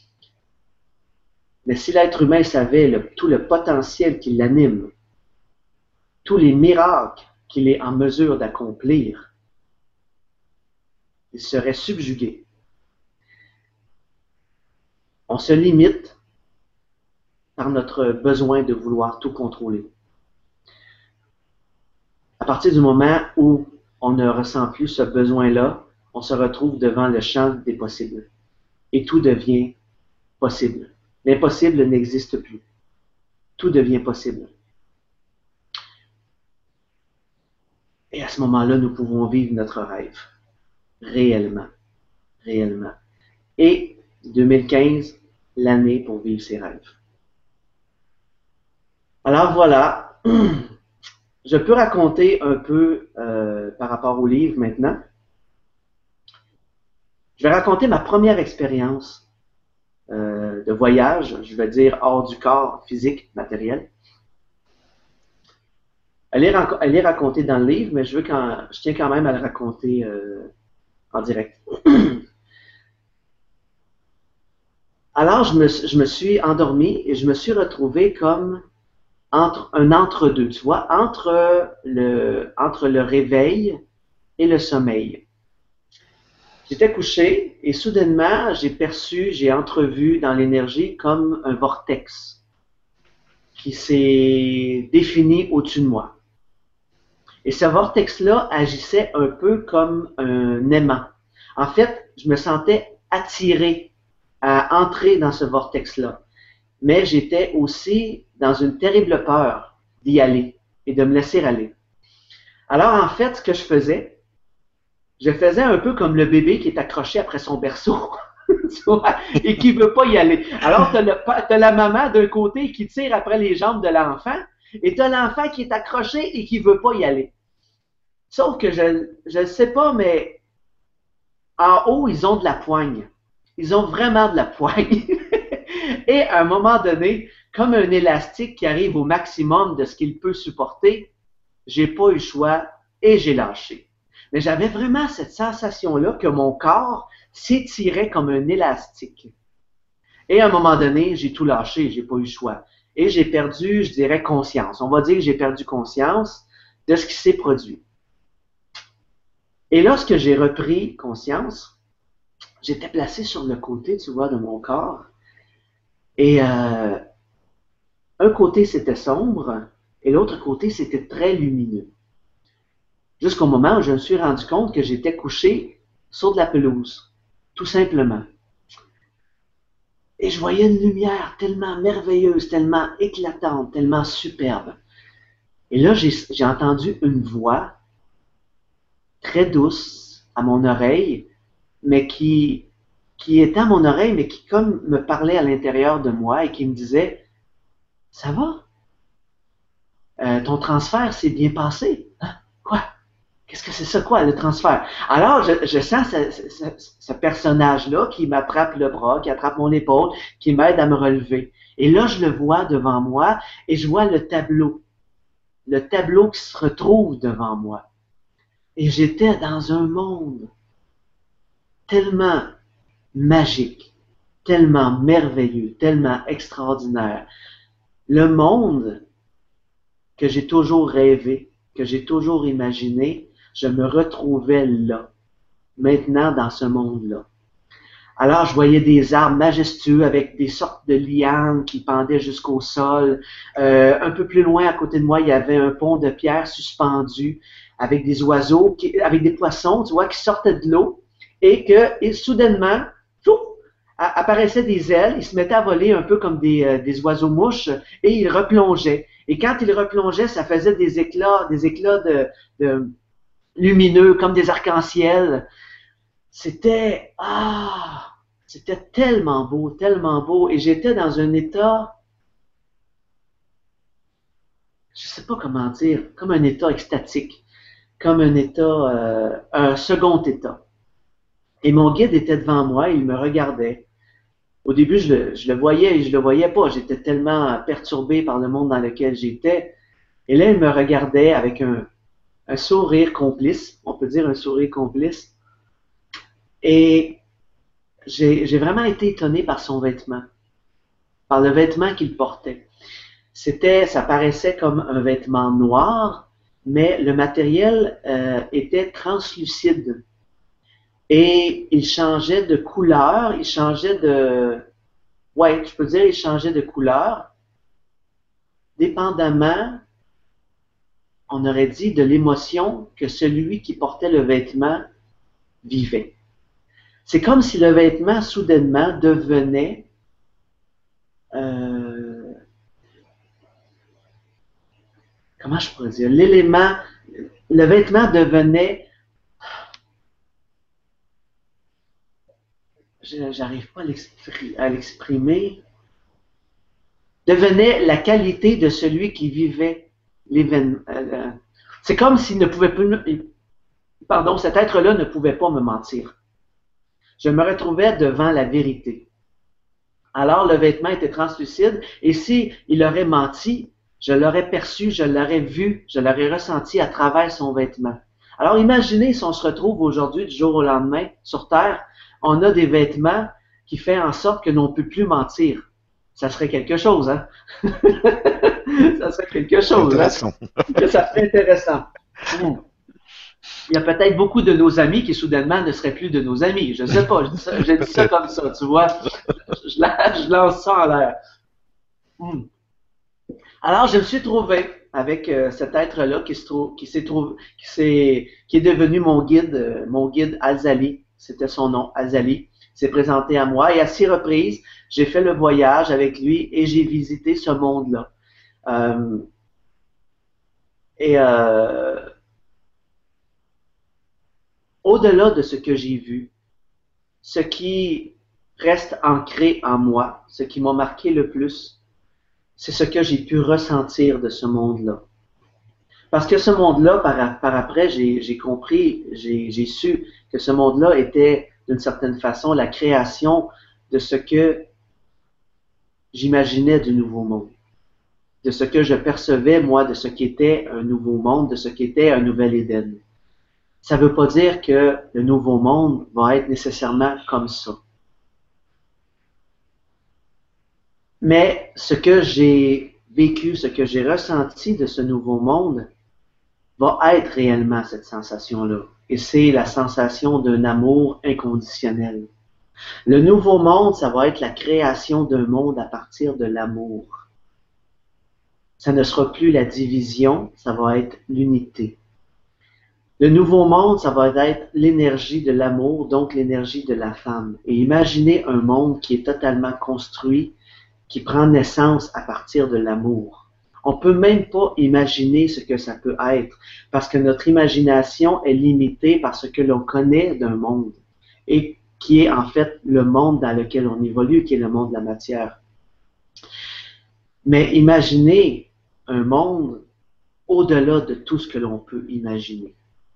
Mais si l'être humain savait le, tout le potentiel qui l'anime, tous les miracles qu'il est en mesure d'accomplir, il serait subjugué. On se limite par notre besoin de vouloir tout contrôler. À partir du moment où on ne ressent plus ce besoin-là, on se retrouve devant le champ des possibles. Et tout devient possible. L'impossible n'existe plus. Tout devient possible. Et à ce moment-là, nous pouvons vivre notre rêve. Réellement. Réellement. Et deux mille quinze, l'année pour vivre ses rêves. Alors voilà. Je peux raconter un peu euh, par rapport au livre maintenant. Je vais raconter ma première expérience euh, de voyage, je vais dire hors du corps physique, matériel. Elle est, elle est racontée dans le livre, mais je, veux quand, je tiens quand même à le raconter euh, en direct. Alors, je me, je me suis endormi et je me suis retrouvé comme entre, un entre-deux, tu vois, entre le, entre le réveil et le sommeil. J'étais couché et soudainement, j'ai perçu, j'ai entrevu dans l'énergie comme un vortex qui s'est défini au-dessus de moi. Et ce vortex-là agissait un peu comme un aimant. En fait, je me sentais attiré à entrer dans ce vortex-là. Mais j'étais aussi dans une terrible peur d'y aller et de me laisser aller. Alors, en fait, ce que je faisais, je faisais un peu comme le bébé qui est accroché après son berceau tu vois, et qui ne veut pas y aller. Alors, tu as la maman d'un côté qui tire après les jambes de l'enfant et tu as l'enfant qui est accroché et qui ne veut pas y aller. Sauf que je ne sais pas, mais en haut, ils ont de la poigne. Ils ont vraiment de la poigne. Et à un moment donné, comme un élastique qui arrive au maximum de ce qu'il peut supporter, j'ai pas eu le choix et j'ai lâché. Mais j'avais vraiment cette sensation-là que mon corps s'étirait comme un élastique. Et à un moment donné, j'ai tout lâché, j'ai pas eu le choix. Et j'ai perdu, je dirais, conscience. On va dire que j'ai perdu conscience de ce qui s'est produit. Et lorsque j'ai repris conscience, j'étais placé sur le côté, tu vois, de mon corps. Et euh, un côté, c'était sombre, et l'autre côté, c'était très lumineux. Jusqu'au moment où je me suis rendu compte que j'étais couché sur de la pelouse, tout simplement. Et je voyais une lumière tellement merveilleuse, tellement éclatante, tellement superbe. Et là, j'ai, j'ai entendu une voix très douce à mon oreille, mais qui, qui était à mon oreille, mais qui comme me parlait à l'intérieur de moi et qui me disait « Ça va? Euh, ton transfert s'est bien passé? Hein? Quoi? Qu'est-ce que c'est ça, quoi, le transfert? » Alors, je, je sens ce, ce, ce personnage-là qui m'attrape le bras, qui attrape mon épaule, qui m'aide à me relever. Et là, je le vois devant moi et je vois le tableau. Le tableau qui se retrouve devant moi. Et j'étais dans un monde tellement magique, tellement merveilleux, tellement extraordinaire. Le monde que j'ai toujours rêvé, que j'ai toujours imaginé, je me retrouvais là, maintenant dans ce monde-là. Alors, je voyais des arbres majestueux avec des sortes de lianes qui pendaient jusqu'au sol. Euh, un peu plus loin, à côté de moi, il y avait un pont de pierre suspendu avec des oiseaux, qui, avec des poissons, tu vois, qui sortaient de l'eau et que, et soudainement, chouf, apparaissaient des ailes, ils se mettaient à voler un peu comme des, euh, des oiseaux-mouches et ils replongeaient. Et quand ils replongeaient, ça faisait des éclats, des éclats de, de lumineux, comme des arcs-en-ciel. C'était, ah, c'était tellement beau, tellement beau. Et j'étais dans un état, je sais pas comment dire, comme un état extatique, comme un état, euh, un second état. Et mon guide était devant moi, il me regardait. Au début, je le, je le voyais et je le voyais pas. J'étais tellement perturbé par le monde dans lequel j'étais. Et là, il me regardait avec un, un sourire complice, on peut dire un sourire complice. Et j'ai j'ai vraiment été étonné par son vêtement, par le vêtement qu'il portait. C'était, ça paraissait comme un vêtement noir, mais le matériel euh, était translucide. Et il changeait de couleur, il changeait de, ouais, je peux dire, il changeait de couleur, dépendamment, on aurait dit, de l'émotion que celui qui portait le vêtement vivait. C'est comme si le vêtement, soudainement, devenait, euh, comment je pourrais dire, l'élément, le vêtement devenait, j'arrive pas à l'exprimer, devenait la qualité de celui qui vivait l'événement. Euh, c'est comme s'il ne pouvait plus, pardon, cet être-là ne pouvait pas me mentir. Je me retrouvais devant la vérité. Alors le vêtement était translucide et si il aurait menti, je l'aurais perçu, je l'aurais vu, je l'aurais ressenti à travers son vêtement. Alors imaginez si on se retrouve aujourd'hui du jour au lendemain sur Terre, on a des vêtements qui font en sorte que l'on ne peut plus mentir. Ça serait quelque chose, hein? Ça serait quelque chose, intéressant. Hein? Ça serait intéressant. Mmh. Il y a peut-être beaucoup de nos amis qui soudainement ne seraient plus de nos amis. Je ne sais pas, je dis ça, je dis ça comme ça, tu vois. Je, je lance ça en l'air. Mmh. Alors, je me suis trouvé avec euh, cet être-là qui se trouve, qui s'est trouvé, qui s'est, qui est devenu mon guide, euh, mon guide Azali. C'était son nom, Azali. Il s'est présenté à moi et à six reprises, j'ai fait le voyage avec lui et j'ai visité ce monde-là. Euh, et euh, au-delà de ce que j'ai vu, ce qui reste ancré en moi, ce qui m'a marqué le plus, c'est ce que j'ai pu ressentir de ce monde-là. Parce que ce monde-là, par, par après, j'ai compris, j'ai su que ce monde-là était, d'une certaine façon, la création de ce que j'imaginais du nouveau monde. De ce que je percevais, moi, de ce qu'était un nouveau monde, de ce qu'était un nouvel Éden. Ça ne veut pas dire que le nouveau monde va être nécessairement comme ça. Mais ce que j'ai vécu, ce que j'ai ressenti de ce nouveau monde, va être réellement cette sensation-là. Et c'est la sensation d'un amour inconditionnel. Le nouveau monde, ça va être la création d'un monde à partir de l'amour. Ça ne sera plus la division, ça va être l'unité. Le nouveau monde, ça va être l'énergie de l'amour, donc l'énergie de la femme. Et imaginez un monde qui est totalement construit, qui prend naissance à partir de l'amour. On peut même pas imaginer ce que ça peut être, parce que notre imagination est limitée par ce que l'on connaît d'un monde, et qui est en fait le monde dans lequel on évolue, qui est le monde de la matière. Mais imaginez un monde au-delà de tout ce que l'on peut imaginer.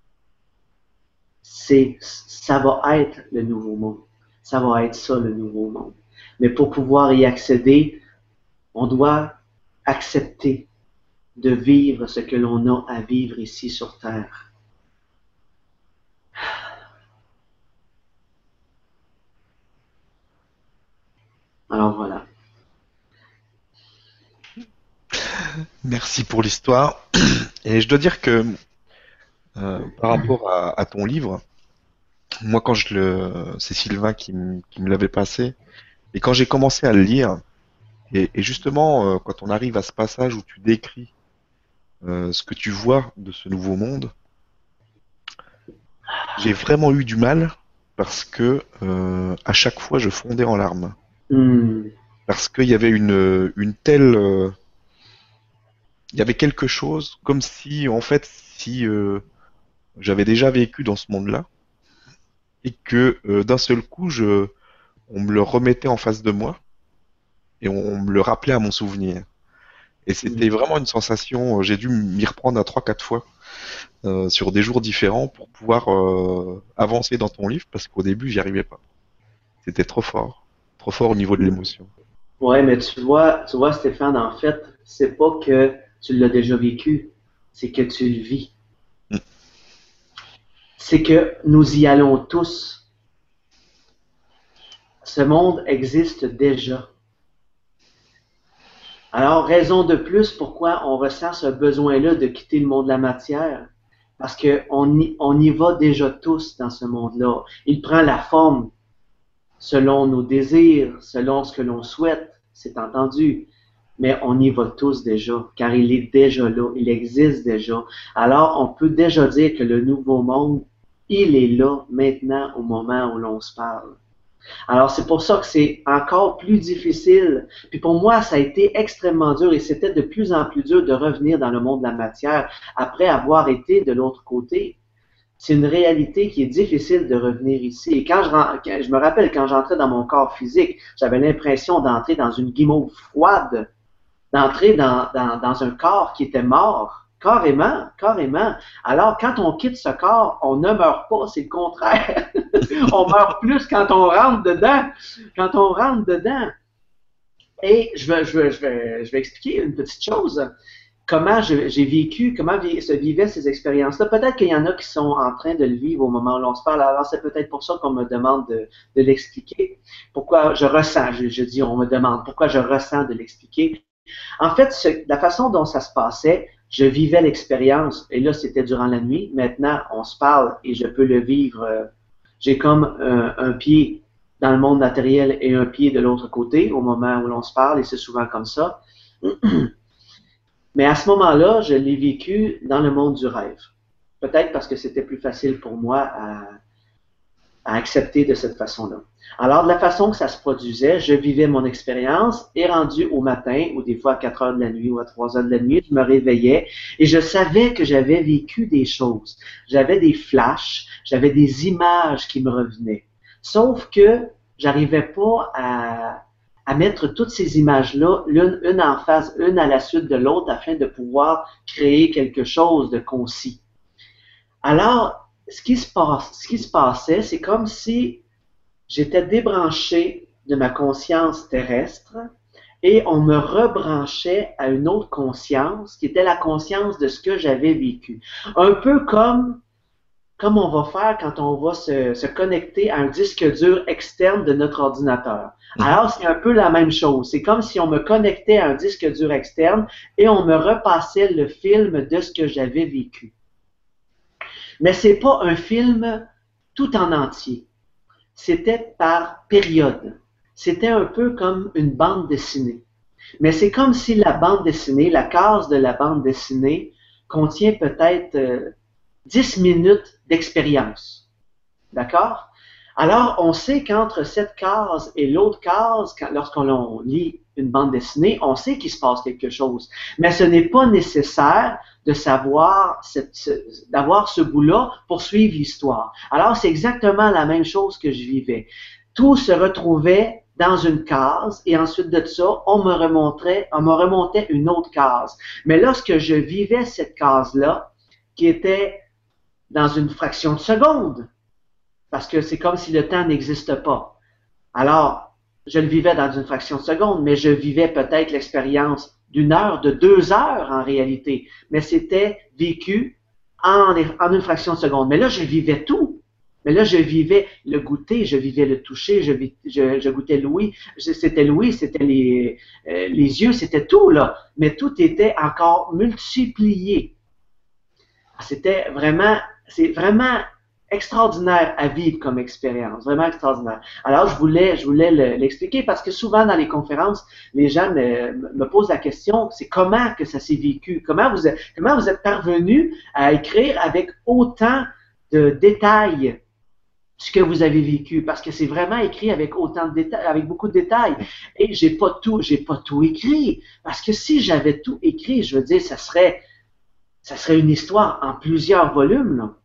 C'est, ça va être le nouveau monde. Ça va être ça, le nouveau monde. Mais pour pouvoir y accéder, on doit accepter de vivre ce que l'on a à vivre ici sur Terre. Alors voilà. Merci pour l'histoire. Et je dois dire que euh, par rapport à, à ton livre, moi quand je le, c'est Sylvain qui, m- qui me l'avait passé, et quand j'ai commencé à le lire, et, et justement euh, quand on arrive à ce passage où tu décris euh, ce que tu vois de ce nouveau monde, j'ai vraiment eu du mal parce que euh, à chaque fois je fondais en larmes. Hmm. Parce qu'il y avait une, une telle, euh, il y avait quelque chose comme si en fait si euh, j'avais déjà vécu dans ce monde-là et que euh, d'un seul coup je, on me le remettait en face de moi et on, on me le rappelait à mon souvenir. Et c'était Hmm. vraiment une sensation, euh, j'ai dû m'y reprendre à trois, quatre fois euh, sur des jours différents pour pouvoir euh, avancer dans ton livre parce qu'au début j'y arrivais pas. C'était trop fort, trop fort au niveau de l'émotion. Ouais, mais tu vois, tu vois, Stéphane, en fait, c'est pas que tu l'as déjà vécu, c'est que tu le vis. c'est que nous y allons tous. Ce monde existe déjà. Alors, raison de plus pourquoi on ressent ce besoin-là de quitter le monde de la matière. Parce qu'on y, on y va déjà tous dans ce monde-là. Il prend la forme selon nos désirs, selon ce que l'on souhaite, c'est entendu. Mais on y va tous déjà, car il est déjà là, il existe déjà. Alors, on peut déjà dire que le nouveau monde, il est là maintenant au moment où l'on se parle. Alors, c'est pour ça que c'est encore plus difficile. Puis pour moi, ça a été extrêmement dur et c'était de plus en plus dur de revenir dans le monde de la matière après avoir été de l'autre côté. C'est une réalité qui est difficile de revenir ici. Et quand je, quand, je me rappelle, quand j'entrais dans mon corps physique, j'avais l'impression d'entrer dans une guimauve froide, d'entrer dans, dans, dans un corps qui était mort. Carrément, carrément. Alors, quand on quitte ce corps, on ne meurt pas, c'est le contraire. On meurt plus quand on rentre dedans. Quand on rentre dedans. Et je vais, je vais, je vais, je vais expliquer une petite chose. Comment j'ai vécu, comment se vivaient ces expériences-là. Peut-être qu'il y en a qui sont en train de le vivre au moment où l'on se parle. Alors, c'est peut-être pour ça qu'on me demande de, de l'expliquer. Pourquoi je ressens, je, je dis, on me demande pourquoi je ressens de l'expliquer. En fait, ce, la façon dont ça se passait, je vivais l'expérience, et là, c'était durant la nuit. Maintenant, on se parle et je peux le vivre. Euh, j'ai comme un, un pied dans le monde matériel et un pied de l'autre côté au moment où l'on se parle, et c'est souvent comme ça. Mais à ce moment-là, je l'ai vécu dans le monde du rêve. Peut-être parce que c'était plus facile pour moi à, à accepter de cette façon-là. Alors, de la façon que ça se produisait, je vivais mon expérience et rendu au matin, ou des fois à quatre heures de la nuit ou à trois heures de la nuit, je me réveillais et je savais que j'avais vécu des choses. J'avais des flashs, j'avais des images qui me revenaient. Sauf que j'arrivais pas à, à mettre toutes ces images-là, l'une une en face, une à la suite de l'autre, afin de pouvoir créer quelque chose de concis. Alors, ce qui se passe, ce qui se passait, c'est comme si j'étais débranché de ma conscience terrestre et on me rebranchait à une autre conscience qui était la conscience de ce que j'avais vécu. Un peu comme, comme on va faire quand on va se, se connecter à un disque dur externe de notre ordinateur. Alors, c'est un peu la même chose. C'est comme si on me connectait à un disque dur externe et on me repassait le film de ce que j'avais vécu. Mais c'est pas un film tout en entier. C'était par période. C'était un peu comme une bande dessinée. Mais c'est comme si la bande dessinée, la case de la bande dessinée, contient peut-être euh, dix minutes d'expérience. D'accord? Alors, on sait qu'entre cette case et l'autre case, lorsqu'on lit une bande dessinée, on sait qu'il se passe quelque chose. Mais ce n'est pas nécessaire de savoir, d'avoir ce bout-là pour suivre l'histoire. Alors, c'est exactement la même chose que je vivais. Tout se retrouvait dans une case et ensuite de ça, on me remontait, on me remontait une autre case. Mais lorsque je vivais cette case-là, qui était dans une fraction de seconde, parce que c'est comme si le temps n'existe pas. Alors, je le vivais dans une fraction de seconde, mais je vivais peut-être l'expérience d'une heure, de deux heures en réalité. Mais c'était vécu en, en une fraction de seconde. Mais là, je vivais tout. Mais là, je vivais le goûter, je vivais le toucher, je, je, je goûtais l'ouïe. C'était l'ouïe, c'était les, euh, les yeux, c'était tout là. Mais tout était encore multiplié. C'était vraiment, c'est vraiment extraordinaire à vivre comme expérience, vraiment extraordinaire. Alors, je voulais, je voulais l'expliquer parce que souvent dans les conférences, les gens me, me posent la question, c'est comment que ça s'est vécu? Comment vous êtes, comment vous êtes parvenu à écrire avec autant de détails ce que vous avez vécu? Parce que c'est vraiment écrit avec autant de détails, avec beaucoup de détails. Et j'ai pas tout, j'ai pas tout écrit. Parce que si j'avais tout écrit, je veux dire, ça serait, ça serait une histoire en plusieurs volumes, là.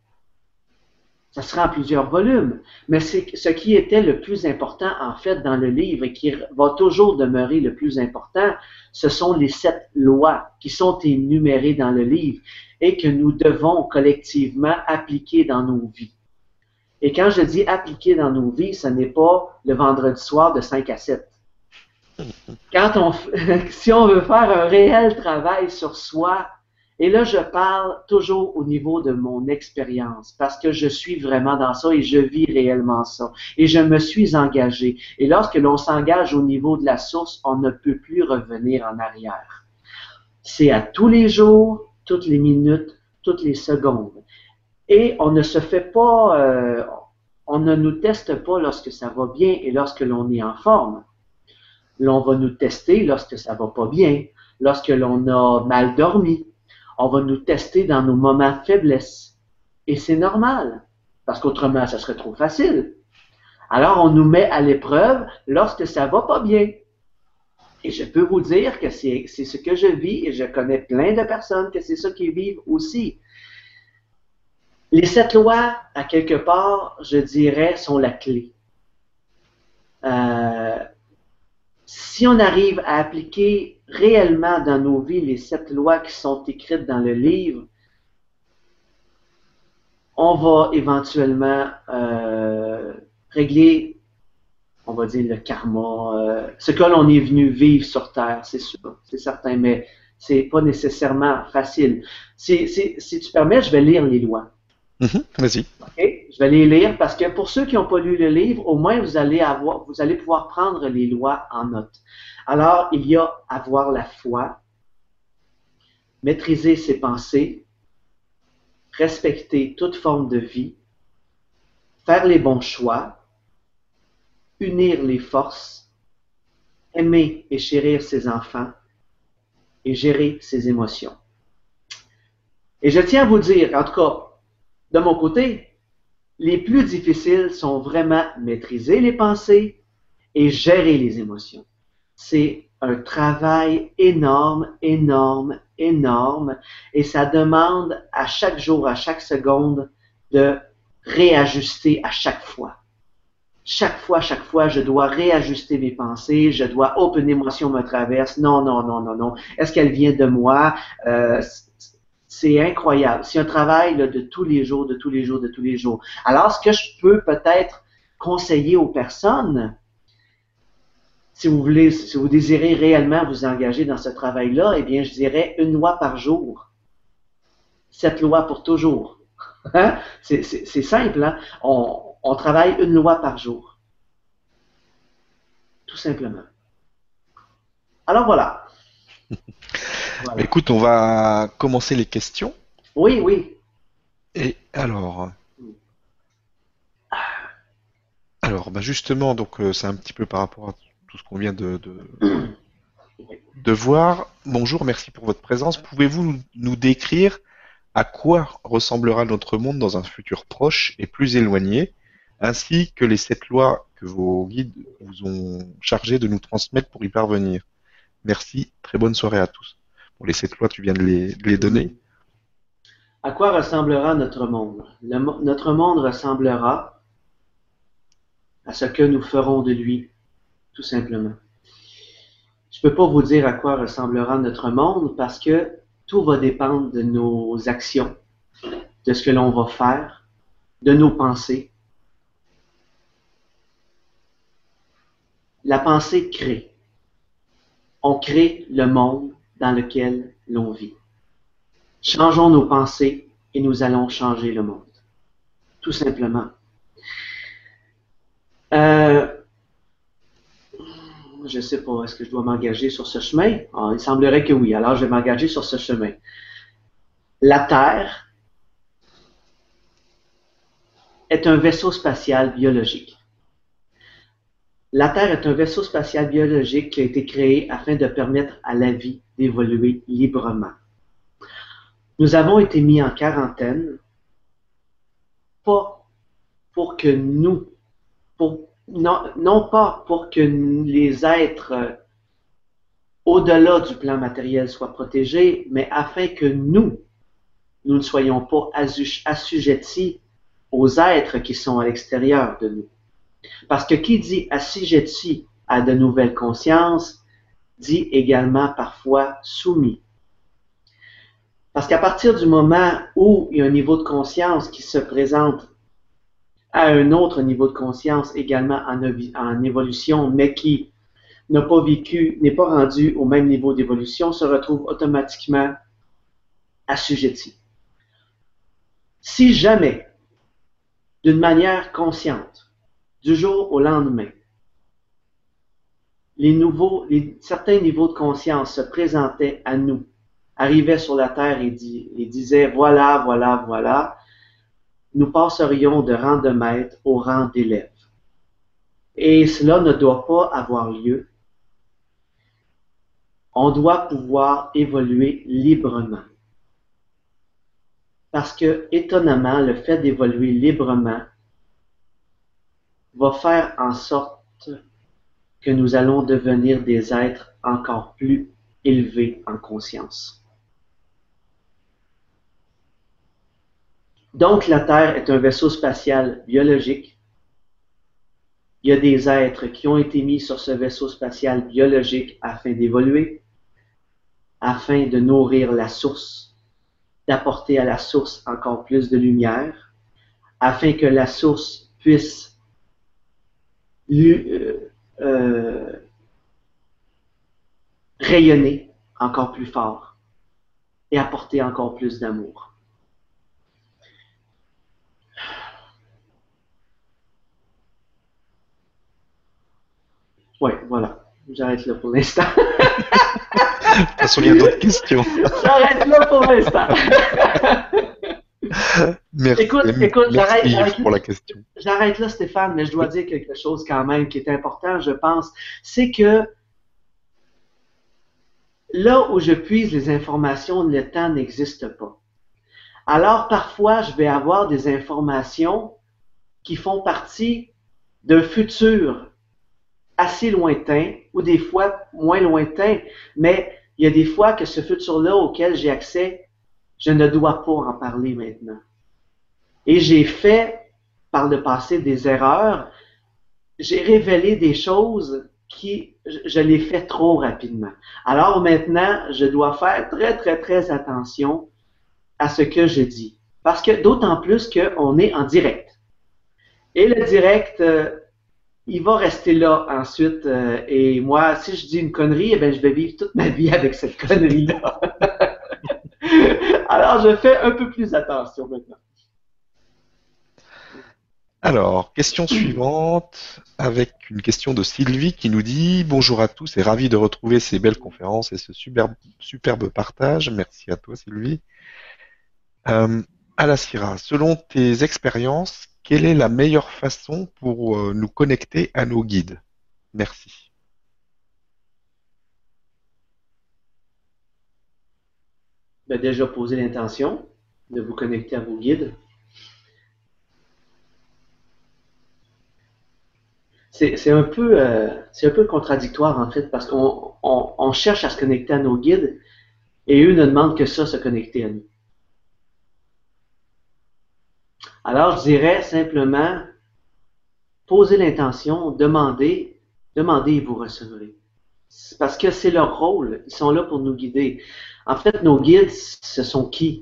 Ça sera en plusieurs volumes, mais c'est ce qui était le plus important en fait dans le livre et qui va toujours demeurer le plus important, ce sont les sept lois qui sont énumérées dans le livre et que nous devons collectivement appliquer dans nos vies. Et quand je dis appliquer dans nos vies, ce n'est pas le vendredi soir de cinq à sept. Quand on, si on veut faire un réel travail sur soi Et là, je parle toujours au niveau de mon expérience parce que je suis vraiment dans ça et je vis réellement ça. Et je me suis engagé. Et lorsque l'on s'engage au niveau de la source, on ne peut plus revenir en arrière. C'est à tous les jours, toutes les minutes, toutes les secondes. Et on ne se fait pas, euh, on ne nous teste pas lorsque ça va bien et lorsque l'on est en forme. L'on va nous tester lorsque ça va pas bien, lorsque l'on a mal dormi. On va nous tester dans nos moments de faiblesse. Et c'est normal, parce qu'autrement, ça serait trop facile. Alors, on nous met à l'épreuve lorsque ça va pas bien. Et je peux vous dire que c'est ce que je vis et je connais plein de personnes que c'est ça qu'ils vivent aussi. Les sept lois, à quelque part, je dirais, sont la clé. Euh, si on arrive à appliquer réellement dans nos vies les sept lois qui sont écrites dans le livre, on va éventuellement euh, régler, on va dire, le karma, euh, ce que l'on est venu vivre sur Terre, c'est sûr, c'est certain, mais c'est pas nécessairement facile. Si, si, si tu permets, je vais lire les lois. Mmh, vas-y. Okay? Je vais les lire parce que pour ceux qui n'ont pas lu le livre, au moins vous allez avoir, vous allez pouvoir prendre les lois en note. Alors, il y a avoir la foi, maîtriser ses pensées, respecter toute forme de vie, faire les bons choix, unir les forces, aimer et chérir ses enfants et gérer ses émotions. Et je tiens à vous dire, en tout cas, de mon côté, les plus difficiles sont vraiment maîtriser les pensées et gérer les émotions. C'est un travail énorme, énorme, énorme, et ça demande à chaque jour, à chaque seconde, de réajuster à chaque fois. Chaque fois, chaque fois, je dois réajuster mes pensées, je dois, oh, une émotion me traverse, non, non, non, non, non, est-ce qu'elle vient de moi? Euh, C'est incroyable. C'est un travail là, de tous les jours, de tous les jours, de tous les jours. Alors, ce que je peux peut-être conseiller aux personnes, si vous voulez, si vous désirez réellement vous engager dans ce travail-là, eh bien, je dirais une loi par jour. Cette loi pour toujours. Hein? C'est simple, hein? On, on travaille une loi par jour. Tout simplement. Alors voilà. Voilà. Écoute, on va commencer les questions. Oui, oui. Et alors, alors, bah justement, donc euh, c'est un petit peu par rapport à tout ce qu'on vient de, de, de voir. Bonjour, merci pour votre présence. Pouvez-vous nous décrire à quoi ressemblera notre monde dans un futur proche et plus éloigné, ainsi que les sept lois que vos guides vous ont chargé de nous transmettre pour y parvenir? Merci, très bonne soirée à tous. Bon, les sept lois, tu viens de les, de les donner. À quoi ressemblera notre monde? Le, notre monde ressemblera à ce que nous ferons de lui, tout simplement. Je ne peux pas vous dire à quoi ressemblera notre monde parce que tout va dépendre de nos actions, de ce que l'on va faire, de nos pensées. La pensée crée. On crée le monde dans lequel l'on vit. Changeons nos pensées et nous allons changer le monde. Tout simplement. Euh, je ne sais pas, est-ce que je dois m'engager sur ce chemin? Ah, il semblerait que oui, alors je vais m'engager sur ce chemin. La Terre est un vaisseau spatial biologique. La Terre est un vaisseau spatial biologique qui a été créé afin de permettre à la vie d'évoluer librement. Nous avons été mis en quarantaine, pas pour que nous, pour, non, non pas pour que les êtres euh, au-delà du plan matériel soient protégés, mais afin que nous, nous ne soyons pas assujettis aux êtres qui sont à l'extérieur de nous. Parce que qui dit assujetti à de nouvelles consciences, dit également parfois soumis. Parce qu'à partir du moment où il y a un niveau de conscience qui se présente à un autre niveau de conscience également en, en évolution, mais qui n'a pas vécu, n'est pas rendu au même niveau d'évolution, se retrouve automatiquement assujettis. Si jamais, d'une manière consciente, du jour au lendemain, les nouveaux, les, certains niveaux de conscience se présentaient à nous, arrivaient sur la terre et, dit, et disaient voilà, voilà, voilà, nous passerions de rang de maître au rang d'élève. Et cela ne doit pas avoir lieu. On doit pouvoir évoluer librement. Parce que, étonnamment, le fait d'évoluer librement va faire en sorte que nous allons devenir des êtres encore plus élevés en conscience. Donc, la Terre est un vaisseau spatial biologique. Il y a des êtres qui ont été mis sur ce vaisseau spatial biologique afin d'évoluer, afin de nourrir la source, d'apporter à la source encore plus de lumière, afin que la source puisse euh, euh, rayonner encore plus fort et apporter encore plus d'amour. Oui, voilà. J'arrête là pour l'instant. De toute façon, il y a d'autres questions. J'arrête là pour l'instant. Merci, écoute, écoute, merci j'arrête, pour la question. J'arrête là, Stéphane, mais je dois dire quelque chose quand même qui est important, je pense. C'est que là où je puise les informations, le temps n'existe pas. Alors, parfois, je vais avoir des informations qui font partie d'un futur assez lointain, ou des fois moins lointain, mais il y a des fois que ce futur-là auquel j'ai accès, je ne dois pas en parler maintenant. Et j'ai fait, par le passé, des erreurs. J'ai révélé des choses qui, je l'ai fait trop rapidement. Alors maintenant, je dois faire très, très, très attention à ce que je dis. Parce que d'autant plus qu'on est en direct. Et le direct, euh, il va rester là ensuite. Euh, et moi, si je dis une connerie, eh bien, je vais vivre toute ma vie avec cette connerie-là. Alors, je fais un peu plus attention maintenant. Alors, question suivante, avec une question de Sylvie qui nous dit « Bonjour à tous et ravi de retrouver ces belles conférences et ce superbe, superbe partage. » Merci à toi, Sylvie. Euh, Alassira, selon tes expériences, quelle est la meilleure façon pour euh, nous connecter à nos guides? Merci. Ben, déjà, poser l'intention de vous connecter à vos guides. C'est un peu, euh, c'est un peu contradictoire en fait, parce qu'on on, on cherche à se connecter à nos guides et eux ne demandent que ça, se connecter à nous. Alors, je dirais simplement, posez l'intention, demandez, demandez et vous recevrez. Parce que c'est leur rôle, ils sont là pour nous guider. En fait, nos guides, ce sont qui?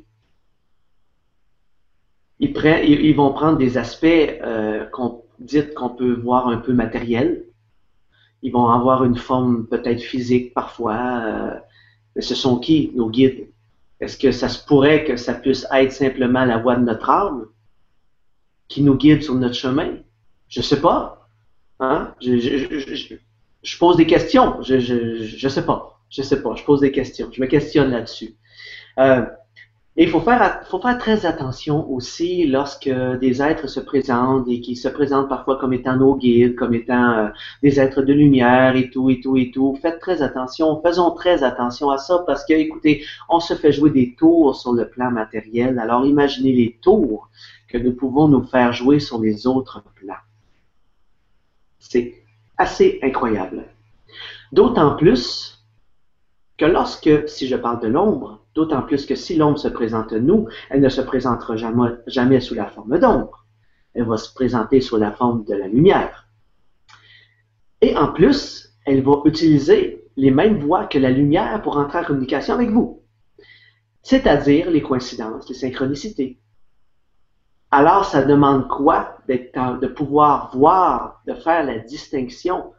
Ils, prennent, ils vont prendre des aspects euh, qu'on dit qu'on peut voir un peu matériels. Ils vont avoir une forme peut-être physique parfois. Euh, mais ce sont qui, nos guides? Est-ce que ça se pourrait que ça puisse être simplement la voix de notre âme qui nous guide sur notre chemin? Je sais pas. Hein? Je, je, je, je, je pose des questions. Je, je, je sais pas. Je sais pas. Je pose des questions. Je me questionne là-dessus. Euh, Et il faut faire, faut faire très attention aussi lorsque des êtres se présentent et qui se présentent parfois comme étant nos guides, comme étant euh, des êtres de lumière et tout, et tout, et tout. Faites très attention, faisons très attention à ça parce que, écoutez, on se fait jouer des tours sur le plan matériel. Alors imaginez les tours que nous pouvons nous faire jouer sur les autres plans. C'est assez incroyable. D'autant plus que lorsque, si je parle de l'ombre, d'autant plus que si l'ombre se présente à nous, elle ne se présentera jamais, jamais sous la forme d'ombre. Elle va se présenter sous la forme de la lumière. Et en plus, elle va utiliser les mêmes voies que la lumière pour entrer en communication avec vous. C'est-à-dire les coïncidences, les synchronicités. Alors, ça demande quoi? De pouvoir voir, de faire la distinction.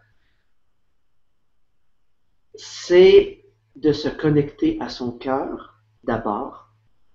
C'est de se connecter à son cœur, d'abord,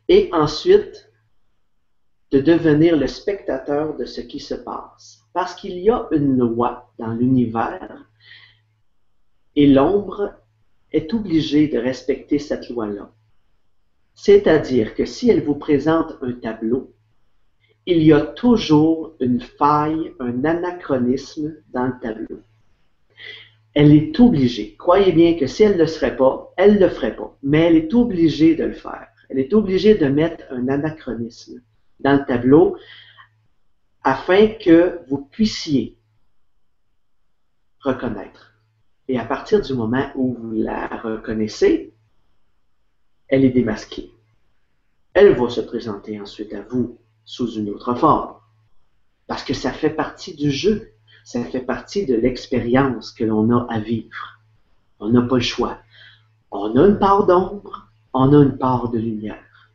et ensuite de devenir le spectateur de ce qui se passe. Parce qu'il y a une loi dans l'univers et l'ombre est obligée de respecter cette loi-là. C'est-à-dire que si elle vous présente un tableau, il y a toujours une faille, un anachronisme dans le tableau. Elle est obligée. Croyez bien que si elle ne le serait pas, elle ne le ferait pas. Mais elle est obligée de le faire. Elle est obligée de mettre un anachronisme dans le tableau afin que vous puissiez reconnaître. Et à partir du moment où vous la reconnaissez, elle est démasquée. Elle va se présenter ensuite à vous sous une autre forme. Parce que ça fait partie du jeu. Ça fait partie de l'expérience que l'on a à vivre. On n'a pas le choix. On a une part d'ombre, on a une part de lumière.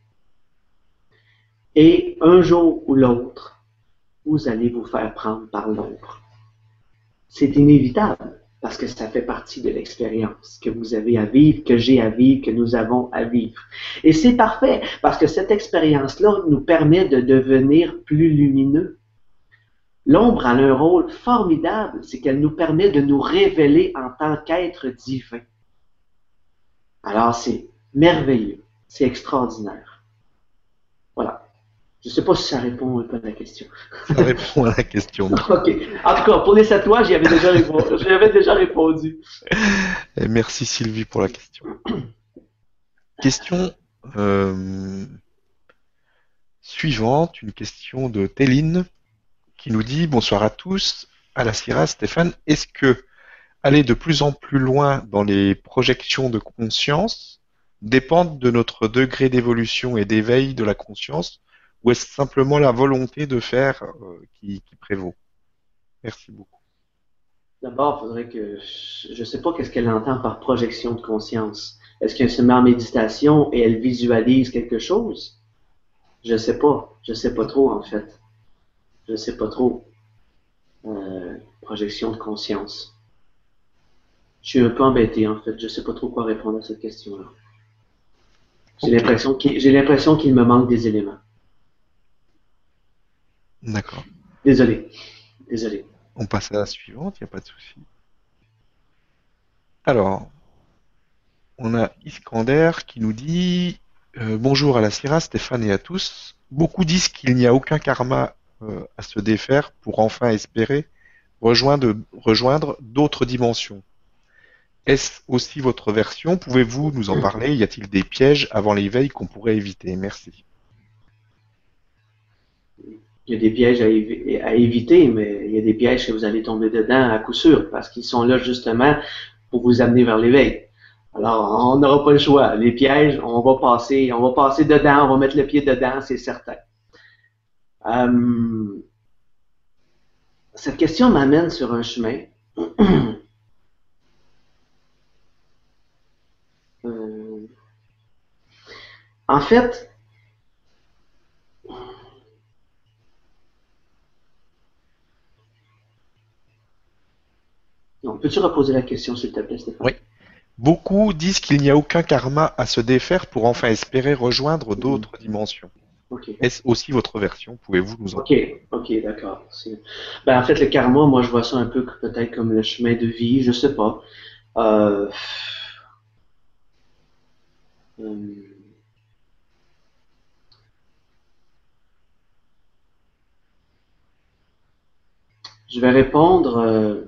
Et un jour ou l'autre, vous allez vous faire prendre par l'ombre. C'est inévitable, parce que ça fait partie de l'expérience que vous avez à vivre, que j'ai à vivre, que nous avons à vivre. Et c'est parfait, parce que cette expérience-là nous permet de devenir plus lumineux. L'ombre a un rôle formidable, c'est qu'elle nous permet de nous révéler en tant qu'être divin. Alors c'est merveilleux, c'est extraordinaire. Voilà. Je ne sais pas si ça répond un peu à la question. Ça répond à la question. OK. En tout cas, pour les sept lois, j'y avais déjà répondu. J'y avais déjà répondu. Et merci Sylvie pour la question. Question euh, suivante, une question de Téline qui nous dit bonsoir à tous, à la Syrah, Stéphane, est-ce que aller de plus en plus loin dans les projections de conscience dépend de notre degré d'évolution et d'éveil de la conscience, ou est-ce simplement la volonté de faire euh, qui, qui prévaut? Merci beaucoup. D'abord, il faudrait que... Je ne sais pas qu'est-ce qu'elle entend par projection de conscience. Est-ce qu'elle se met en méditation et elle visualise quelque chose? Je ne sais pas. Je ne sais pas trop, en fait. Je ne sais pas trop. Euh, projection de conscience. Je suis un peu embêté, en fait. Je ne sais pas trop quoi répondre à cette question-là. J'ai Ok, l'impression qu'il, j'ai l'impression qu'il me manque des éléments. d'accord. Désolé. Désolé. On passe à la suivante, il n'y a pas de souci. Alors, on a Iskander qui nous dit euh, bonjour à la Syrah, Stéphane et à tous. Beaucoup disent qu'il n'y a aucun karma euh, à se défaire pour enfin espérer rejoindre, rejoindre d'autres dimensions. Est-ce aussi votre version? Pouvez-vous nous en parler? Y a-t-il des pièges avant l'éveil qu'on pourrait éviter? Merci. Il y a des pièges à, évi- à éviter, mais il y a des pièges que vous allez tomber dedans à coup sûr, parce qu'ils sont là justement pour vous amener vers l'éveil. Alors, on n'aura pas le choix. Les pièges, on va passer, on va passer dedans, on va mettre le pied dedans, c'est certain. Euh, cette question m'amène sur un chemin. Euh, en fait, non, peux-tu reposer la question, s'il te plaît, Oui. Stéphane? Beaucoup disent qu'il n'y a aucun karma à se défaire pour enfin espérer rejoindre Mhm. d'autres dimensions. OK. Est-ce aussi votre version? Pouvez-vous nous en OK, parler? OK, d'accord. C'est- Ben, en fait, le karma, moi, je vois ça un peu peut-être comme le chemin de vie, je sais pas. Euh, euh, je vais répondre, euh,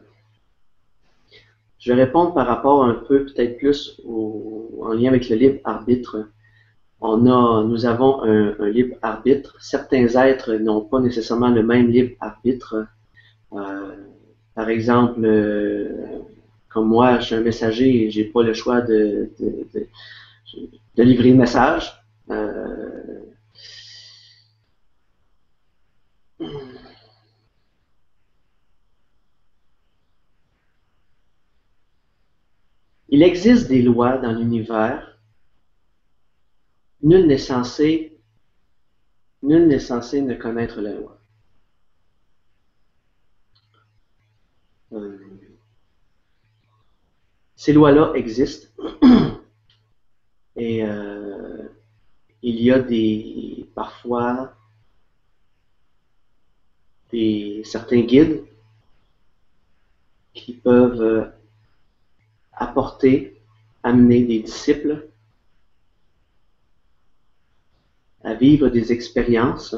je vais répondre par rapport un peu, peut-être plus au, en lien avec le libre arbitre. On a, nous avons un, un libre arbitre. Certains êtres n'ont pas nécessairement le même libre arbitre. Euh, par exemple, euh, comme moi, je suis un messager et j'ai pas le choix de, de, de, de livrer le message. Euh, il existe des lois dans l'univers. Nul n'est censé, nul n'est censé ne connaître la loi. Euh, ces lois-là existent et euh, il y a des, parfois des, certains guides qui peuvent euh, apporter, amener des disciples à vivre des expériences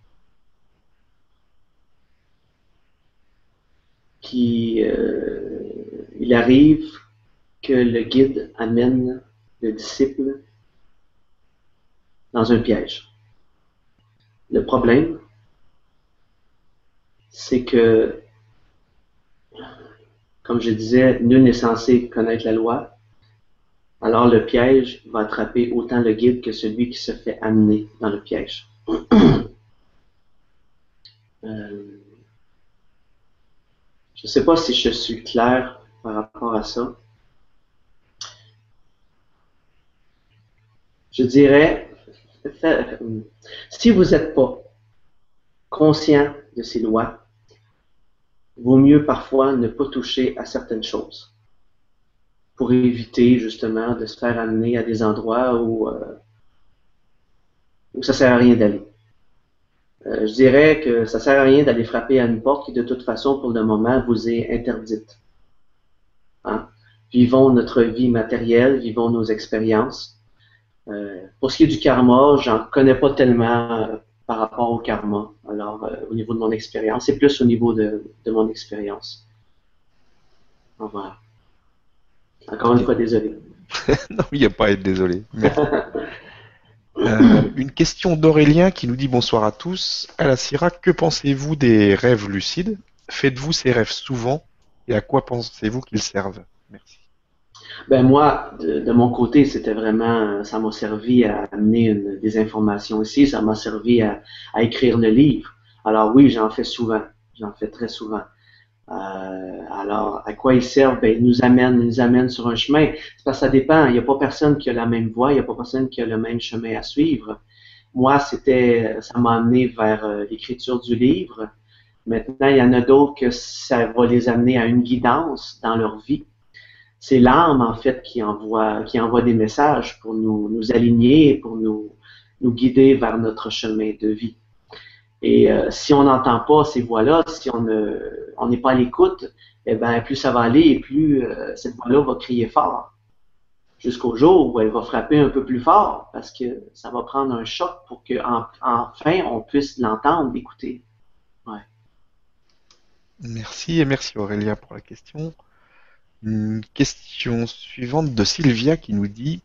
qui, euh, il arrive que le guide amène le disciple dans un piège. Le problème, c'est que, comme je disais, nul n'est censé connaître la loi. Alors le piège va attraper autant le guide que celui qui se fait amener dans le piège. euh, je ne sais pas si je suis clair par rapport à ça. Je dirais, si vous n'êtes pas conscient de ces lois, vaut mieux parfois ne pas toucher à certaines choses pour éviter justement de se faire amener à des endroits où, euh, où ça ne sert à rien d'aller. Euh, je dirais que ça ne sert à rien d'aller frapper à une porte qui de toute façon pour le moment vous est interdite. Hein? Vivons notre vie matérielle, vivons nos expériences. Euh, pour ce qui est du karma, j'en connais pas tellement euh, par rapport au karma. Alors, euh, au niveau de mon expérience, c'est plus au niveau de, de mon expérience. Voilà. Encore une fois, désolé. Non, il n'y a pas à être désolé. Merci. Euh, une question d'Aurélien qui nous dit bonsoir à tous. Alassira, que pensez-vous des rêves lucides? Faites-vous ces rêves souvent? Et à quoi pensez-vous qu'ils servent? Merci. Ben moi, de, de mon côté, c'était vraiment, ça m'a servi à amener une, des informations ici, ça m'a servi à, à écrire le livre. Alors oui, j'en fais souvent, j'en fais très souvent. Euh, alors, à quoi ils servent? Ben, ils nous amènent, ils nous amènent sur un chemin. C'est parce que ça dépend. Il n'y a pas personne qui a la même voie, il n'y a pas personne qui a le même chemin à suivre. Moi, c'était, ça m'a amené vers euh, l'écriture du livre. Maintenant, il y en a d'autres que ça va les amener à une guidance dans leur vie. C'est l'âme, en fait, qui envoie, qui envoie des messages pour nous, nous aligner, pour nous, nous guider vers notre chemin de vie. Et euh, si on n'entend pas ces voix-là, si on ne, on n'est pas à l'écoute, eh ben, plus ça va aller et plus euh, cette voix-là va crier fort. Jusqu'au jour où elle va frapper un peu plus fort parce que ça va prendre un choc pour qu'enfin enfin on puisse l'entendre, l'écouter. Ouais. Merci et merci Aurélien pour la question. Une question suivante de Sylvia qui nous dit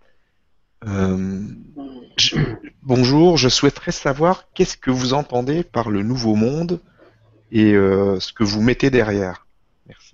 euh, je- bonjour, je souhaiterais savoir qu'est-ce que vous entendez par le nouveau monde et euh, ce que vous mettez derrière. Merci.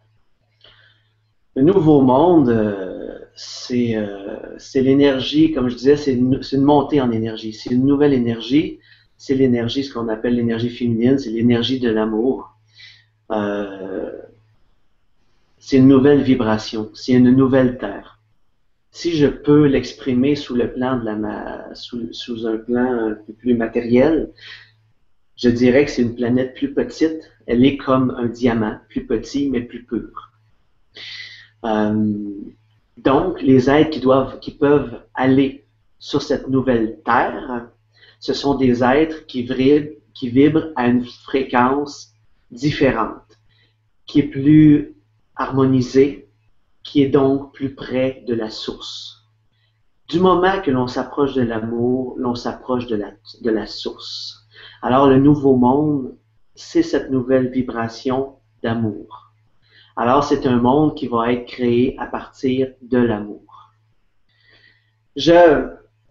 Le nouveau monde, euh, c'est euh, c'est l'énergie, comme je disais, c'est une, c'est une montée en énergie. C'est une nouvelle énergie. C'est l'énergie, ce qu'on appelle l'énergie féminine, c'est l'énergie de l'amour. Euh, c'est une nouvelle vibration, c'est une nouvelle terre. Si je peux l'exprimer sous le plan de la sous, sous un plan un peu plus matériel, je dirais que c'est une planète plus petite. Elle est comme un diamant, plus petit mais plus pur. Euh, donc, les êtres qui doivent, qui peuvent aller sur cette nouvelle terre, ce sont des êtres qui vibrent, qui vibrent à une fréquence différente, qui est plus harmonisée, qui est donc plus près de la source. Du moment que l'on s'approche de l'amour, l'on s'approche de la, de la source. Alors, le nouveau monde, c'est cette nouvelle vibration d'amour. Alors, c'est un monde qui va être créé à partir de l'amour. Je,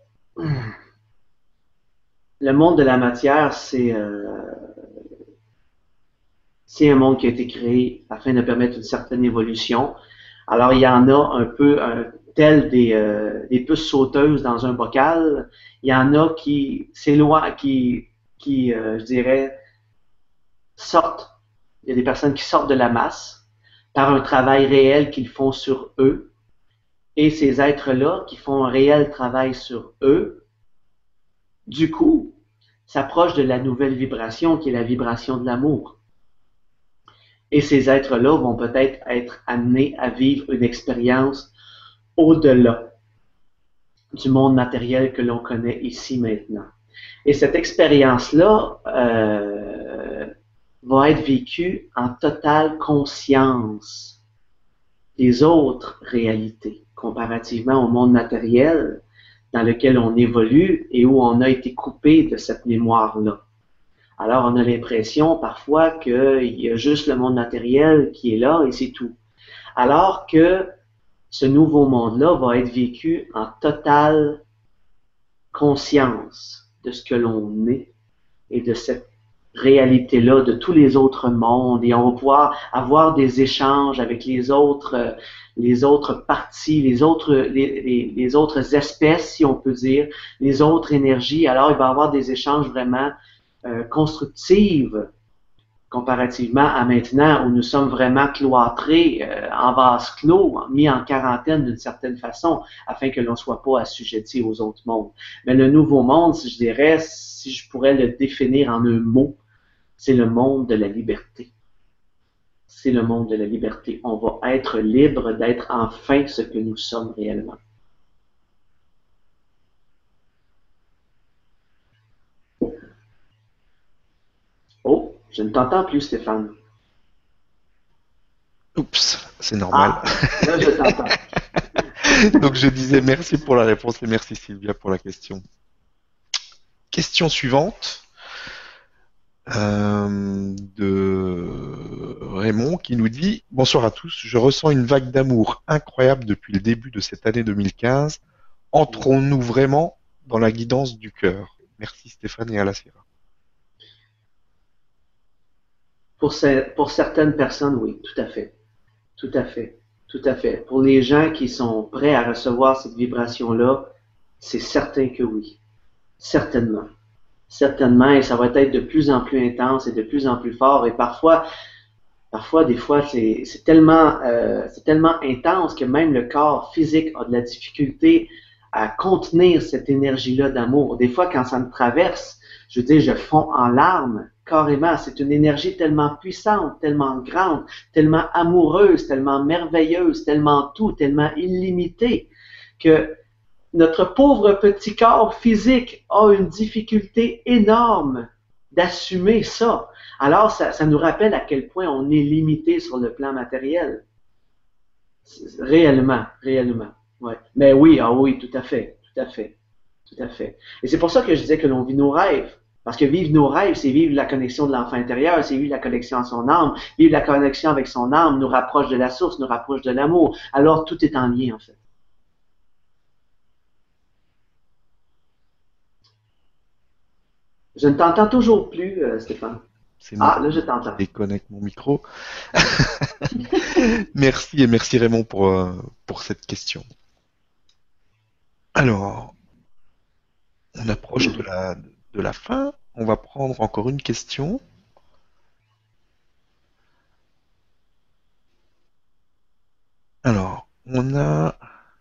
le monde de la matière, c'est euh, c'est un monde qui a été créé afin de permettre une certaine évolution. Alors, il y en a un peu, un, tel des, euh, des puces sauteuses dans un bocal. Il y en a qui s'éloignent, qui, qui euh, je dirais, sortent. Il y a des personnes qui sortent de la masse par un travail réel qu'ils font sur eux. Et ces êtres-là, qui font un réel travail sur eux, du coup, s'approchent de la nouvelle vibration qui est la vibration de l'amour. Et ces êtres-là vont peut-être être amenés à vivre une expérience au-delà. du monde matériel que l'on connaît ici maintenant. Et cette expérience-là euh, va être vécue en totale conscience des autres réalités, comparativement au monde matériel dans lequel on évolue et où on a été coupé de cette mémoire-là. Alors, on a l'impression parfois qu'il y a juste le monde matériel qui est là et c'est tout. Alors que ce nouveau monde-là va être vécu en totale conscience de ce que l'on est et de cette réalité-là, de tous les autres mondes. Et on va pouvoir avoir des échanges avec les autres, les autres parties, les autres, les, les, les autres espèces, si on peut dire, les autres énergies. Alors, il va y avoir des échanges vraiment euh, constructifs comparativement à maintenant où nous sommes vraiment cloîtrés euh, en vase clos, mis en quarantaine d'une certaine façon, afin que l'on ne soit pas assujetti aux autres mondes. Mais le nouveau monde, si je dirais, si je pourrais le définir en un mot, c'est le monde de la liberté. C'est le monde de la liberté. On va être libre d'être enfin ce que nous sommes réellement. Oh, je ne t'entends plus, Stéphane. Oups, c'est normal. Ah, là, je t'entends. Donc je disais merci pour la réponse et merci Sylvia pour la question. Question suivante euh, de Raymond qui nous dit « Bonsoir à tous, je ressens une vague d'amour incroyable depuis le début de cette année deux mille quinze. Entrons-nous vraiment dans la guidance du cœur ?» Merci Stéphane et Alasira. Pour, ce, pour certaines personnes, oui, tout à fait. Tout à fait. Tout à fait. Pour les gens qui sont prêts à recevoir cette vibration-là, c'est certain que oui. Certainement. Certainement, et ça va être de plus en plus intense et de plus en plus fort. Et parfois, parfois, des fois, c'est tellement, euh, c'est tellement intense que même le corps physique a de la difficulté à contenir cette énergie-là d'amour. Des fois, quand ça me traverse, je veux dire, je fonds en larmes, carrément. C'est une énergie tellement puissante, tellement grande, tellement amoureuse, tellement merveilleuse, tellement tout, tellement illimitée, que notre pauvre petit corps physique a une difficulté énorme d'assumer ça. Alors, ça, ça nous rappelle à quel point on est limité sur le plan matériel. Réellement, réellement. Ouais. Mais oui, ah oui, tout à fait, tout à fait, tout à fait. Et c'est pour ça que je disais que l'on vit nos rêves. Parce que vivre nos rêves, c'est vivre la connexion de l'enfant intérieur, c'est vivre la connexion à son âme. Vivre la connexion avec son âme nous rapproche de la source, nous rapproche de l'amour. Alors, tout est en lien, en fait. Je ne t'entends toujours plus, euh, Stéphane. Ah, là, je t'entends. Je déconnecte mon micro. Merci et merci Raymond pour, euh, pour cette question. Alors, on approche de la, de la fin. On va prendre encore une question. Alors, on a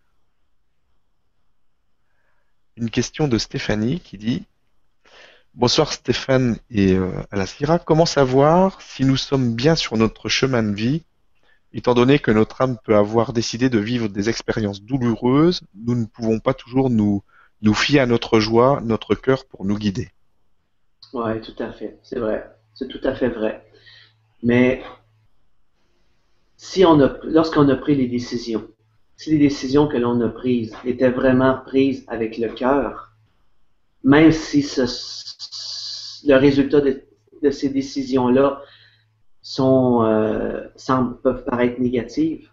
une question de Stéphanie qui dit Bonsoir Stéphane et euh, Alasira. Comment savoir si nous sommes bien sur notre chemin de vie, étant donné que notre âme peut avoir décidé de vivre des expériences douloureuses, nous ne pouvons pas toujours nous, nous fier à notre joie, notre cœur pour nous guider. Oui, tout à fait. C'est vrai. C'est tout à fait vrai. Mais si on a, lorsqu'on a pris les décisions, si les décisions que l'on a prises étaient vraiment prises avec le cœur, même si ce, le résultat de, de ces décisions-là sont, euh, semblent, peuvent paraître négatives,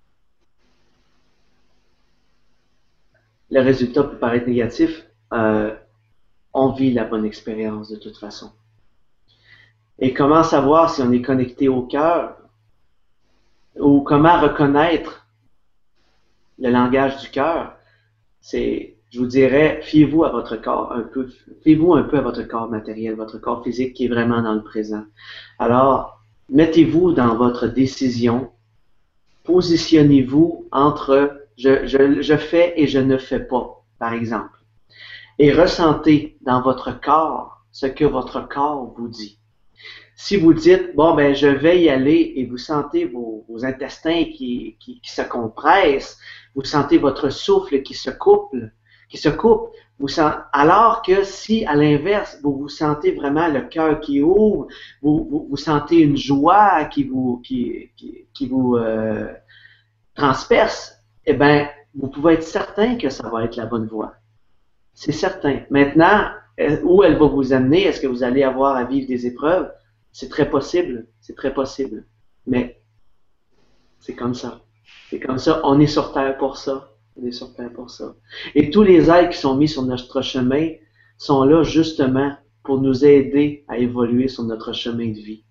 le résultat peut paraître négatif, euh, on vit la bonne expérience de toute façon. Et comment savoir si on est connecté au cœur ou comment reconnaître le langage du cœur? C'est, je vous dirais, fiez-vous à votre corps un peu, fiez-vous un peu à votre corps matériel, votre corps physique qui est vraiment dans le présent. Alors, mettez-vous dans votre décision, positionnez-vous entre je, je, je fais et je ne fais pas, par exemple. Et ressentez dans votre corps ce que votre corps vous dit. Si vous dites, bon, ben, je vais y aller et vous sentez vos, vos intestins qui, qui, qui se compressent, vous sentez votre souffle qui se couple, qui se coupe. Vous sent- alors que si, à l'inverse, vous vous sentez vraiment le cœur qui ouvre, vous, vous, vous sentez une joie qui vous, qui, qui, qui vous euh, transperce, eh bien, vous pouvez être certain que ça va être la bonne voie. C'est certain. Maintenant, euh, où elle va vous amener? Est-ce que vous allez avoir à vivre des épreuves? C'est très possible. C'est très possible. Mais c'est comme ça. C'est comme ça. On est sur Terre pour ça. On est sur Terre pour ça. Et tous les aides qui sont mis sur notre chemin sont là justement pour nous aider à évoluer sur notre chemin de vie.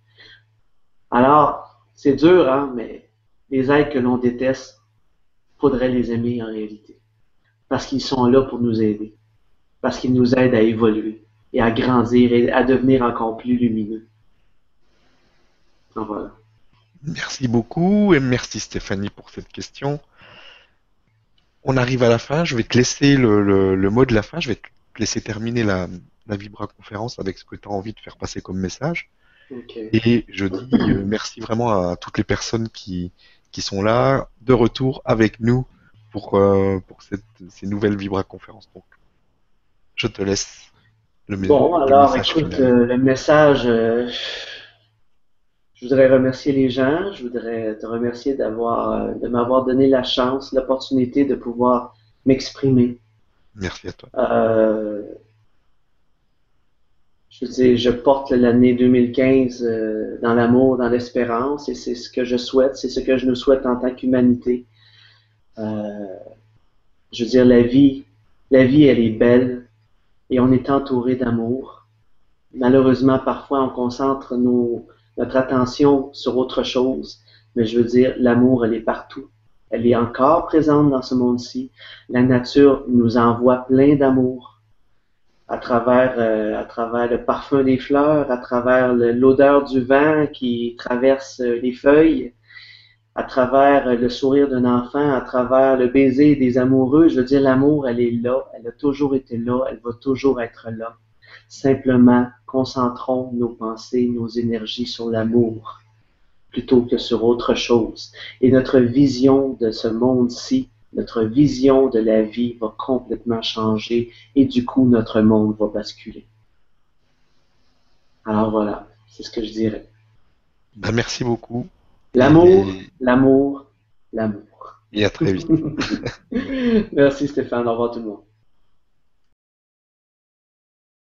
Alors, c'est dur, hein, mais les aides que l'on déteste, faudrait les aimer en réalité. Parce qu'ils sont là pour nous aider. Parce qu'ils nous aident à évoluer et à grandir et à devenir encore plus lumineux. Donc voilà. Merci beaucoup et merci Stéphanie pour cette question. On arrive à la fin, je vais te laisser le, le, le mot de la fin, je vais te laisser terminer la, la Vibra conférence avec ce que tu as envie de faire passer comme message. Okay. Et je dis euh, merci vraiment à toutes les personnes qui, qui sont là, de retour avec nous pour, euh, pour cette, ces nouvelles Vibra conférences. Donc, je te laisse le, Bon, le alors message écoute, final. euh, le message, euh, je voudrais remercier les gens, je voudrais te remercier d'avoir, euh, de m'avoir donné la chance, l'opportunité de pouvoir m'exprimer. Merci à toi. Euh, je veux dire, je porte l'année deux mille quinze euh, dans l'amour, dans l'espérance, et c'est ce que je souhaite, c'est ce que je nous souhaite en tant qu'humanité. Euh, je veux dire, la vie, la vie, elle est belle et on est entouré d'amour. Malheureusement, parfois, on concentre nos, notre attention sur autre chose, mais je veux dire, l'amour, elle est partout. Elle est encore présente dans ce monde-ci. La nature nous envoie plein d'amour à travers, euh, à travers le parfum des fleurs, à travers l'odeur du vent qui traverse les feuilles, à travers le sourire d'un enfant, à travers le baiser des amoureux. Je veux dire, l'amour, elle est là, elle a toujours été là, elle va toujours être là. Simplement, concentrons nos pensées, nos énergies sur l'amour plutôt que sur autre chose. Et notre vision de ce monde-ci, notre vision de la vie va complètement changer et du coup, notre monde va basculer. Alors voilà, c'est ce que je dirais. Ben, merci beaucoup. L'amour, Et, l'amour, l'amour. et à très vite. Merci Stéphane, au revoir tout le monde.